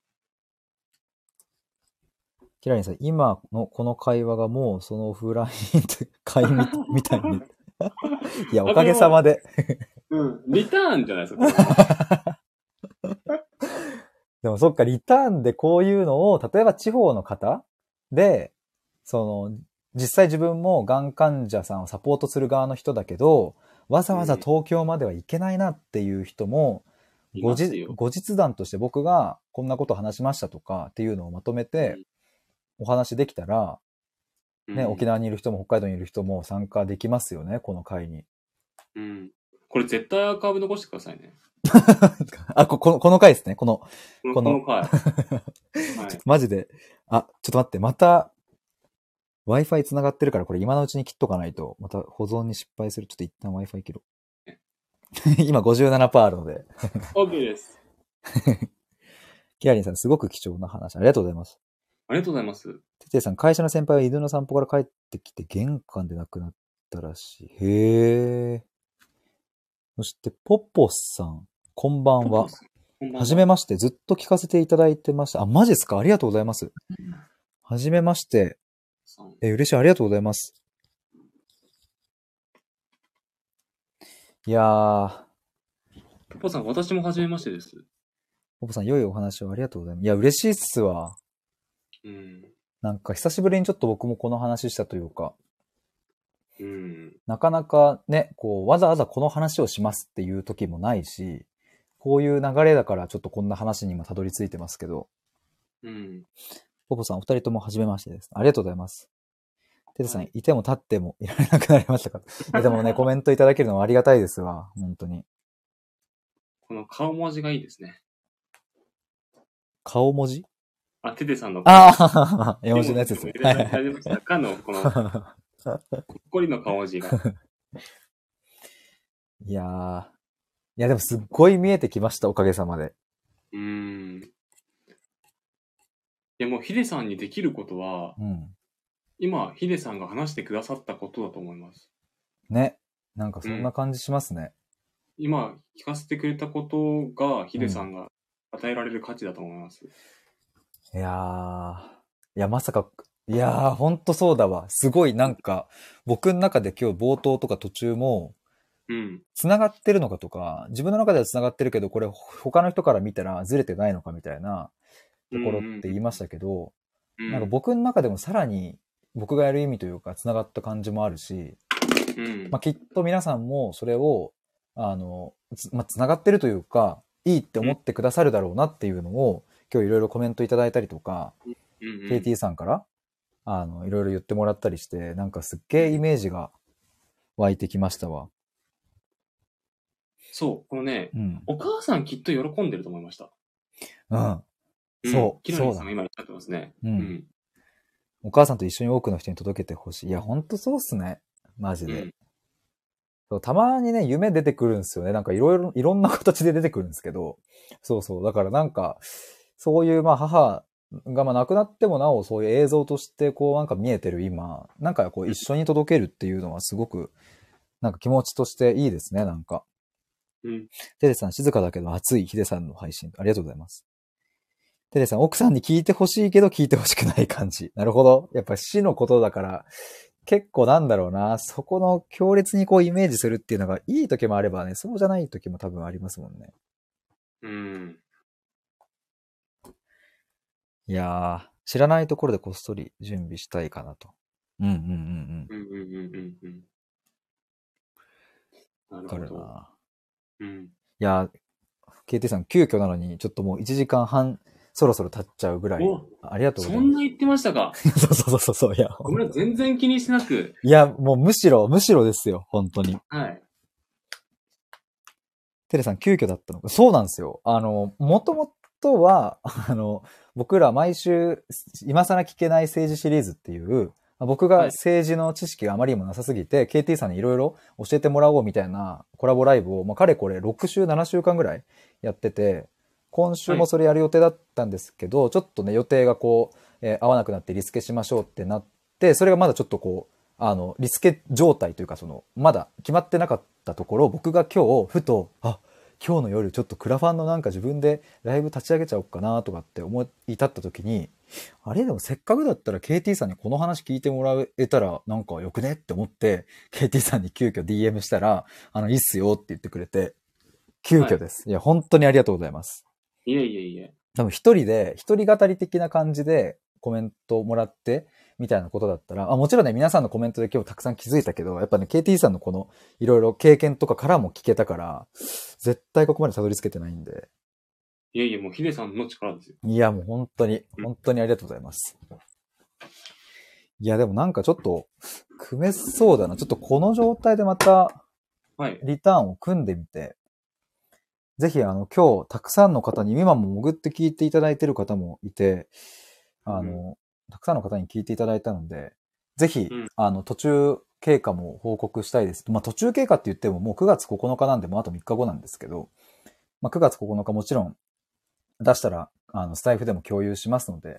キラリンさん、今のこの会話がもうそのオフライン会みたいに。いや、おかげさまで。 うん。リターンじゃないですか。 でもそっか、リターンでこういうのを、例えば地方の方で、その、実際自分もがん患者さんをサポートする側の人だけど、わざわざ東京までは行けないなっていう人も、うん、後日、後日談として僕がこんなこと話しましたとかっていうのをまとめてお話できたら、うん、ね、沖縄にいる人も北海道にいる人も参加できますよね、この会に。 うん。これ絶対アーカイブ残してくださいね。 あ、こ、この、この回ですね。この、 この、この回。はい、 マジで。あ、ちょっと待って、また、Wi-Fi 繋がってるから、これ今のうちに切っとかないと、また保存に失敗する。ちょっと一旦 Wi-Fi 切ろう。今 ごじゅうななパーセント あるので。 OK です。 キラリンさん、すごく貴重な話。ありがとうございます。 ありがとうございます。 ててさん、会社の先輩は犬の散歩から帰ってきて玄関で亡くなったらしい。へえ。そして、ポッポさん、こんばんは。はじめまして、ずっと聞かせていただいてました。あ、マジですか？ありがとうございます。はじめまして。え、嬉しい。ありがとうございます。いやー。 ポッポさん、私もはじめましてです。 ポッポさん、良いお話をありがとうございます。いや、嬉しいっすわ。 うん。 なんか、久しぶりにちょっと僕もこの話したというか。 うん。 なかなかね、こう、わざわざこの話をしますっていう時もないし、こういう流れだからちょっとこんな話に今たどり着いてますけど。 うん。 ポポさん、お二人とも初めましてです。ありがとうございます。テテさん、はい、いても立ってもいられなくなりましたか？いやでもね、コメントいただけるのはありがたいですわ。本当に。 この顔文字がいいですね。 顔文字？ あ、テテさんの。 ああ、絵文字のやつですね。 はい。大丈夫でしたかの、この、こっこりの顔文字が。 いやー。いや、でもすっごい見えてきました、おかげさまで。 うーん。いや、もうヒデさんにできることは、うん、今、ヒデさんが話してくださったことだと思います。 ね。なんかそんな感じしますね。 うん、今、聞かせてくれたことが、ヒデさんが与えられる価値だと思います。 うん、いやー。いや、まさか、いやー、ほんとそうだわ。すごいなんか、僕の中で今日冒頭とか途中も、うん。繋がってるのかとか、自分の中では繋がってるけど、これ他の人から見たらずれてないのかみたいなところって言いましたけど、うんうん、なんか僕の中でもさらに僕がやる意味というか繋がった感じもあるし、うん、まあ、きっと皆さんもそれを、あの、まあ、繋がってるというか、いいって思ってくださるだろうなっていうのを、今日いろいろコメントいただいたりとか、うんうん、ケーティー さんから、あの、いろいろ言ってもらったりして、なんかすっげえイメージが湧いてきましたわ。 そう、このね、うん、お母さんきっと喜んでると思いました。 うん。そう。 キラリさんが今言っちゃってますね。 うん。うん、お母さんと一緒に多くの人に届けてほしい。いや、ほんとそうっすね。マジで。うん、そうたまにね、夢出てくるんですよね。なんかいろいろ、いろんな形で出てくるんですけど。そうそう。だからなんか、そういう、まあ母がまあ亡くなってもなおそういう映像としてこうなんか見えてる今、なんかこう一緒に届けるっていうのはすごく、なんか気持ちとしていいですね、なんか。うん。テレさん、静かだけど熱いヒデさんの配信。ありがとうございます。テレさん、奥さんに聞いてほしいけど聞いてほしくない感じ。なるほど。やっぱ死のことだから、結構なんだろうな。そこの強烈にこうイメージするっていうのがいい時もあればね、そうじゃない時も多分ありますもんね。うん。いやー、知らないところでこっそり準備したいかなと。うんうんうんうん。うんうんうんうんうん。なるほど。わかるな。うん。いや、ケーティー さん、急遽なのに、ちょっともういちじかんはん、そろそろ経っちゃうぐらい。ありがとうございます。 そんな言ってましたか？ そうそうそうそう、いや。 ごめん、全然気にしなく。 いや、もうむしろ、むしろですよ、本当に。はい。テレさん、急遽だったのか。そうなんですよ。あの、もともとは、あの、僕ら毎週、今更聞けない政治シリーズっていう、僕が政治の知識があまりにもなさすぎて、はい、ケーティー さんにいろいろ教えてもらおうみたいなコラボライブを、まあ、かれこれろくしゅう、ななしゅうかんぐらいやってて、今週もそれやる予定だったんですけど、はい、ちょっとね、予定がこう、えー、合わなくなってリスケしましょうってなって、それがまだちょっとこう、あの、リスケ状態というか、その、まだ決まってなかったところ、僕が今日、ふと、あ、今日の夜ちょっとクラファンのなんか自分でライブ立ち上げちゃおうかなとかって思い立った時に、あれでもせっかくだったら ケーティー さんにこの話聞いてもらえたらなんかよくねって思って、ケーティー さんに急遽 ディーエム したら、あの、いいっすよって言ってくれて、急遽です。はい、いや、本当にありがとうございます。 いえいえいえ。 多分一人で、一人語り的な感じでコメントもらって、みたいなことだったら、あ、もちろんね、皆さんのコメントで今日たくさん気づいたけど、やっぱね、ケーティー さんのこの、いろいろ経験とかからも聞けたから、絶対ここまでたどり着けてないんで。 いやいや、もうヒデさんの力ですよ。 いや、もう本当に、本当にありがとうございます。うん、いや、でもなんかちょっと、組めそうだな。ちょっとこの状態でまた、リターンを組んでみて、はい、ぜひあの、今日、たくさんの方に、今も潜って聞いていただいてる方もいて、あの、うんたくさんの方に聞いていただいたので、ぜひ、うん、あの、途中経過も報告したいです。まあ、途中経過って言ってももうくがつここのかなんでもうあとみっかごなんですけど、まあ、くがつここのかもちろん出したら、あの、スタイフでも共有しますので、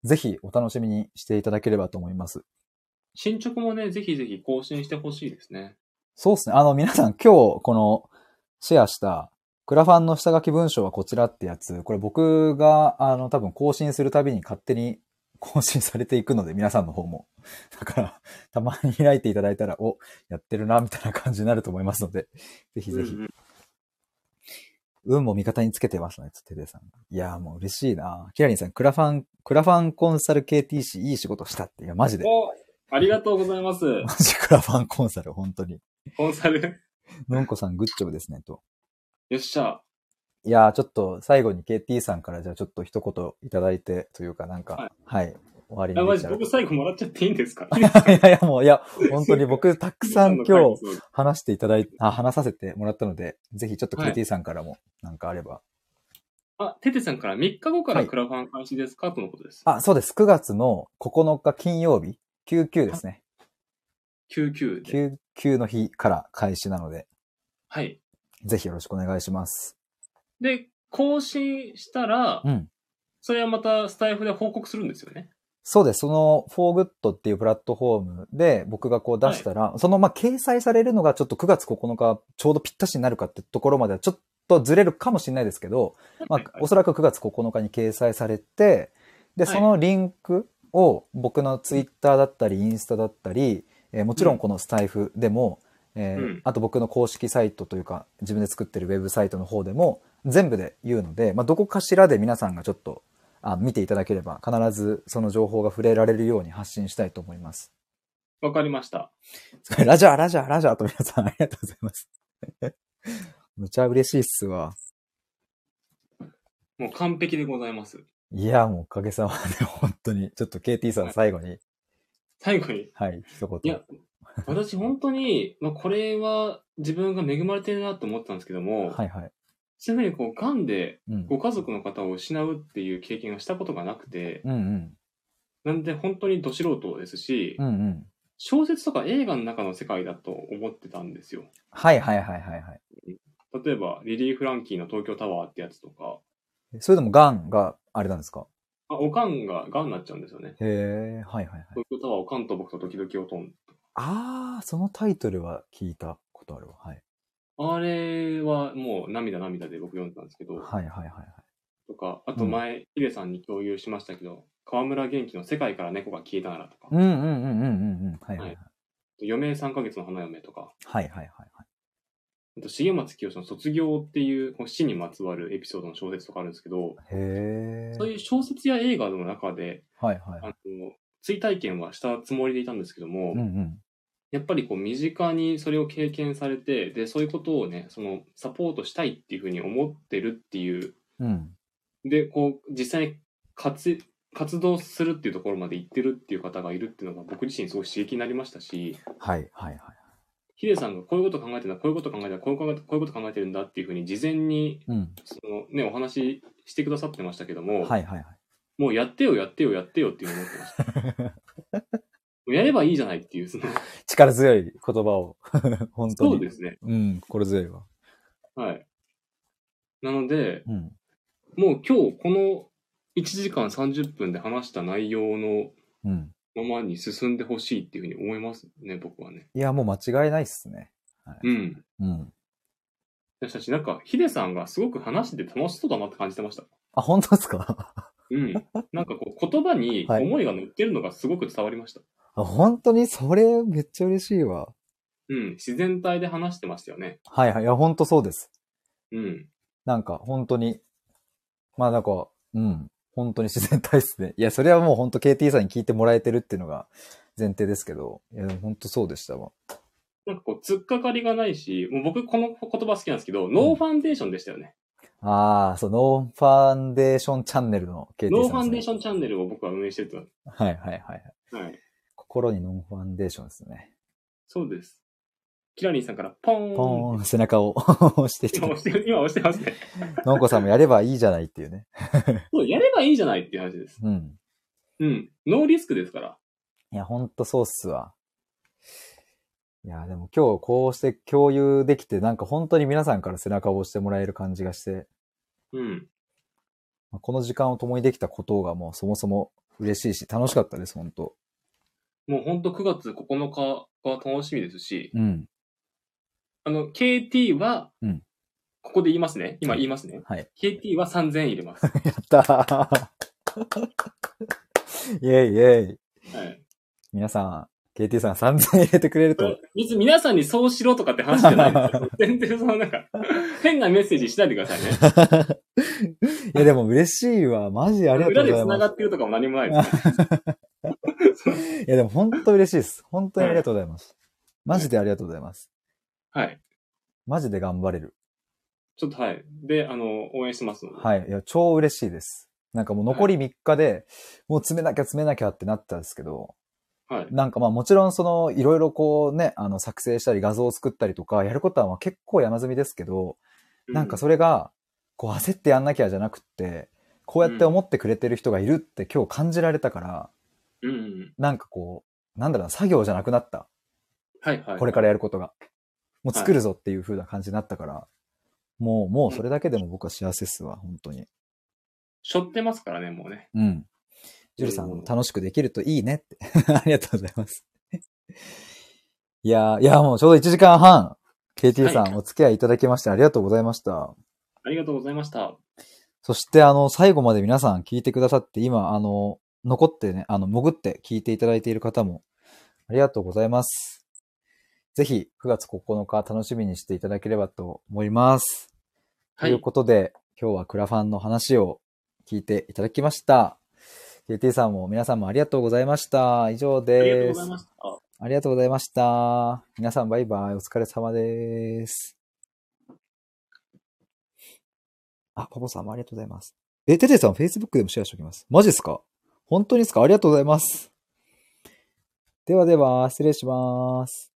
ぜひお楽しみにしていただければと思います。 進捗もね、ぜひぜひ更新してほしいですね。 そうですね。あの、皆さん今日このシェアしたクラファンの下書き文章はこちらってやつ、これ僕があの多分更新するたびに勝手に更新されていくので、皆さんの方も。だから、たまに開いていただいたら、お、やってるな、みたいな感じになると思いますので、ぜひぜひ。うんうん、運も味方につけてますね、テテさん。いやーもう嬉しいな。キラリンさん、クラファン、クラファンコンサル ケーティーシー いい仕事したって。いや、マジで。 お、ありがとうございます。 マジクラファンコンサル、本当に。 コンサル。 のんこさん、グッジョブですね、と。 よっしゃ。 いやー、ちょっと最後に ケーティー さんからじゃあちょっと一言いただいて、というかなんか、はい、はい、終わりにあ、マジ僕最後もらっちゃっていいんですか？いやいや、もう、いや、本当に僕たくさん今日話していただいて、あ、話させてもらったので、ぜひちょっと ケーティー さんからもなんかあれば。 あ、テテさんからみっかごからクラファン開始ですか、はい、とのことです。 あ、そうです。くがつのここのか金曜日、きゅうじゅうですね。 きゅうじゅうで。 きゅうじゅうの日から開始なので。 はい。 ぜひよろしくお願いします。 で、更新したら、 うん。 それはまたスタイフで報告するんですよね。 そうです。その フォーグッド っていうプラットフォームで僕がこう出したら、はい、そのまあ掲載されるのがちょっとくがつここのかちょうどぴったしになるかってところまではちょっとずれるかもしれないですけど、まあおそらくくがつここのかに掲載されて、で、そのリンクを僕のツイッターだったりインスタだったり、えー、もちろんこのスタイフでも、うんえーうん、あと僕の公式サイトというか自分で作ってるウェブサイトの方でも全部で言うので、まあどこかしらで皆さんがちょっとあ見ていただければ必ずその情報が触れられるように発信したいと思います。 わかりました。 ラジャーラジャーラジャーと皆さんありがとうございます。むちゃ嬉しいっすわ。 もう完璧でございます。 いや、もうおかげさまで本当に。ちょっと ケーティー さん最後に。はい、 最後にはい、一言。 いや、私本当に、まあ、これは自分が恵まれてるなと思ったんですけども、 はいはい。 そういうふうにこう、癌でご家族の方を失うっていう経験をしたことがなくて、 うんうん、 なんで本当にど素人ですし、 うんうん、 小説とか映画の中の世界だと思ってたんですよ。 はいはいはいはい、はい。 例えば、リリー・フランキーの東京タワーってやつとか。 それでも癌があれなんですか？ あ、おかんが癌になっちゃうんですよね。 へー、はいはいはい。 東京タワーおかんと僕と時々を飛ん。 あー、そのタイトルは聞いたことあるわ。はい。 あれはもう涙涙で僕読んでたんですけど。 はいはいはいはい。 とか、あと前、うん、ヒデさんに共有しましたけど、河村元気の世界から猫が消えたならとか。 うんうんうんうんうんうん。はいはいはい。はい、 余命さんかげつの花嫁とか。 はいはいはいはい。 あと、重松清の卒業っていう死にまつわるエピソードの小説とかあるんですけど、 へー。 そういう小説や映画の中で、 はいはい、 あの追体験はしたつもりでいたんですけども、 うんうん、 やっぱりこう身近にそれを経験されて、で、そういうことをね、そのサポートしたいっていうふうに思ってるっていう、 うん、 で、こう、実際に活、活動するっていうところまで行ってるっていう方がいるっていうのが僕自身すごい刺激になりましたし、 はいはいはい。 ヒデさんがこういうこと考えてるんだ、こういうこと考えてるんだ、こういうこと考えてるんだっていうふうに事前に、うん、そのね、お話ししてくださってましたけども、 はいはいはい。 もうやってよやってよやってよっていうのを思ってました。もうやればいいじゃないっていう、その力強い言葉を、本当に。 そうですね。 うん、心強いわ。 はい。なので、 うん、 もう今日このいちじかんさんじゅっぷんで話した内容のままに進んでほしいっていうふうに思いますね、僕はね。 いや、もう間違いないっすね。 はい、うん。うん。私たちなんか、ヒデさんがすごく話してて楽しそうだなって感じてました。 あ、本当ですか？ うん。なんかこう、言葉に思いが乗ってるのがすごく伝わりました。 はい、あ、本当にそれめっちゃ嬉しいわ。 うん。自然体で話してましたよね。 はいはい。いや、本当そうです。 うん。 なんか、本当に、まあなんか、うん。本当に自然体ですね。いや、それはもう本当 ケーティー さんに聞いてもらえてるっていうのが前提ですけど、いや、本当そうでしたわ。 なんかこう、突っかかりがないし、もう僕この言葉好きなんですけど、うん、ノーファンデーションでしたよね。 ああ、そう、ノーファンデーションチャンネルの ケーティー さん、ね。 ノーファンデーションチャンネルを僕は運営してると。 はいはいはい。はい。心にノーファンデーションですね。 そうです。キラリンさんからポーン。 ポーン、背中を押して今押して、今押してますね。 のんこさんもやればいいじゃないっていうね。 そう、やればいいじゃないっていう話です。うん。うん。ノーリスクですから。 いや、ほんとそうっすわ。いや、でも今日こうして共有できて、なんか本当に皆さんから背中を押してもらえる感じがして。 うん。 この時間を共にできたことがもうそもそも嬉しいし、楽しかったです、本当もう本当くがつここのかが楽しみですし、 うん。 あの、ケーティー は、 うん。 ここで言いますね。今言いますね。 はい。 ケーティー はさんぜんえん入れます。 やったーイェイイェイ。はい。皆さん、ケーティー さんさんぜんえん入れてくれると。 別に皆さんにそうしろとかって話じゃないんですよ。全然そのなんか、変なメッセージしないでくださいね。 いやでも嬉しいわ。マジありがとうございます。 裏で繋がってるとかも何もないですね。 いやでも本当嬉しいです。本当にありがとうございます。マジでありがとうございます。 はい。 マジで頑張れる。 ちょっとはい。で、あの、応援してますので。 はい。いや、超嬉しいです。なんかもう残りみっかで、はい、もう詰めなきゃ詰めなきゃってなったんですけど、はい。なんかまあもちろんその、いろいろこうね、あの、作成したり画像を作ったりとか、やることはまあ結構山積みですけど、うん、なんかそれが、こう焦ってやんなきゃじゃなくって、こうやって思ってくれてる人がいるって今日感じられたから、うん、なんかこう、なんだろうな、作業じゃなくなった。はいはい、はい。これからやることが。もう作るぞっていう風な感じになったから、はい、もう、もうそれだけでも僕は幸せっすわ、本当に。 背負ってますからね、もうね。 うん。ジュリさん、楽しくできるといいねって。ありがとうございます。いやー、いやもうちょうどいちじかんはん、ケーティー さん、はい、お付き合いいただきましてありがとうございました。 ありがとうございました。 そして、あの、最後まで皆さん聞いてくださって、今、あの、残ってね、あの、潜って聞いていただいている方も、ありがとうございます。ぜひ、くがつここのか楽しみにしていただければと思います。はい。ということで、今日はクラファンの話を聞いていただきました。ケーティー さんも皆さんもありがとうございました。以上です。ありがとうございました。ありがとうございました。皆さんバイバイ。お疲れ様です。あ、パパさんもありがとうございます。え、テテさん Facebook でもシェアしておきます。マジですか？本当にですか？ありがとうございます。ではでは、失礼します。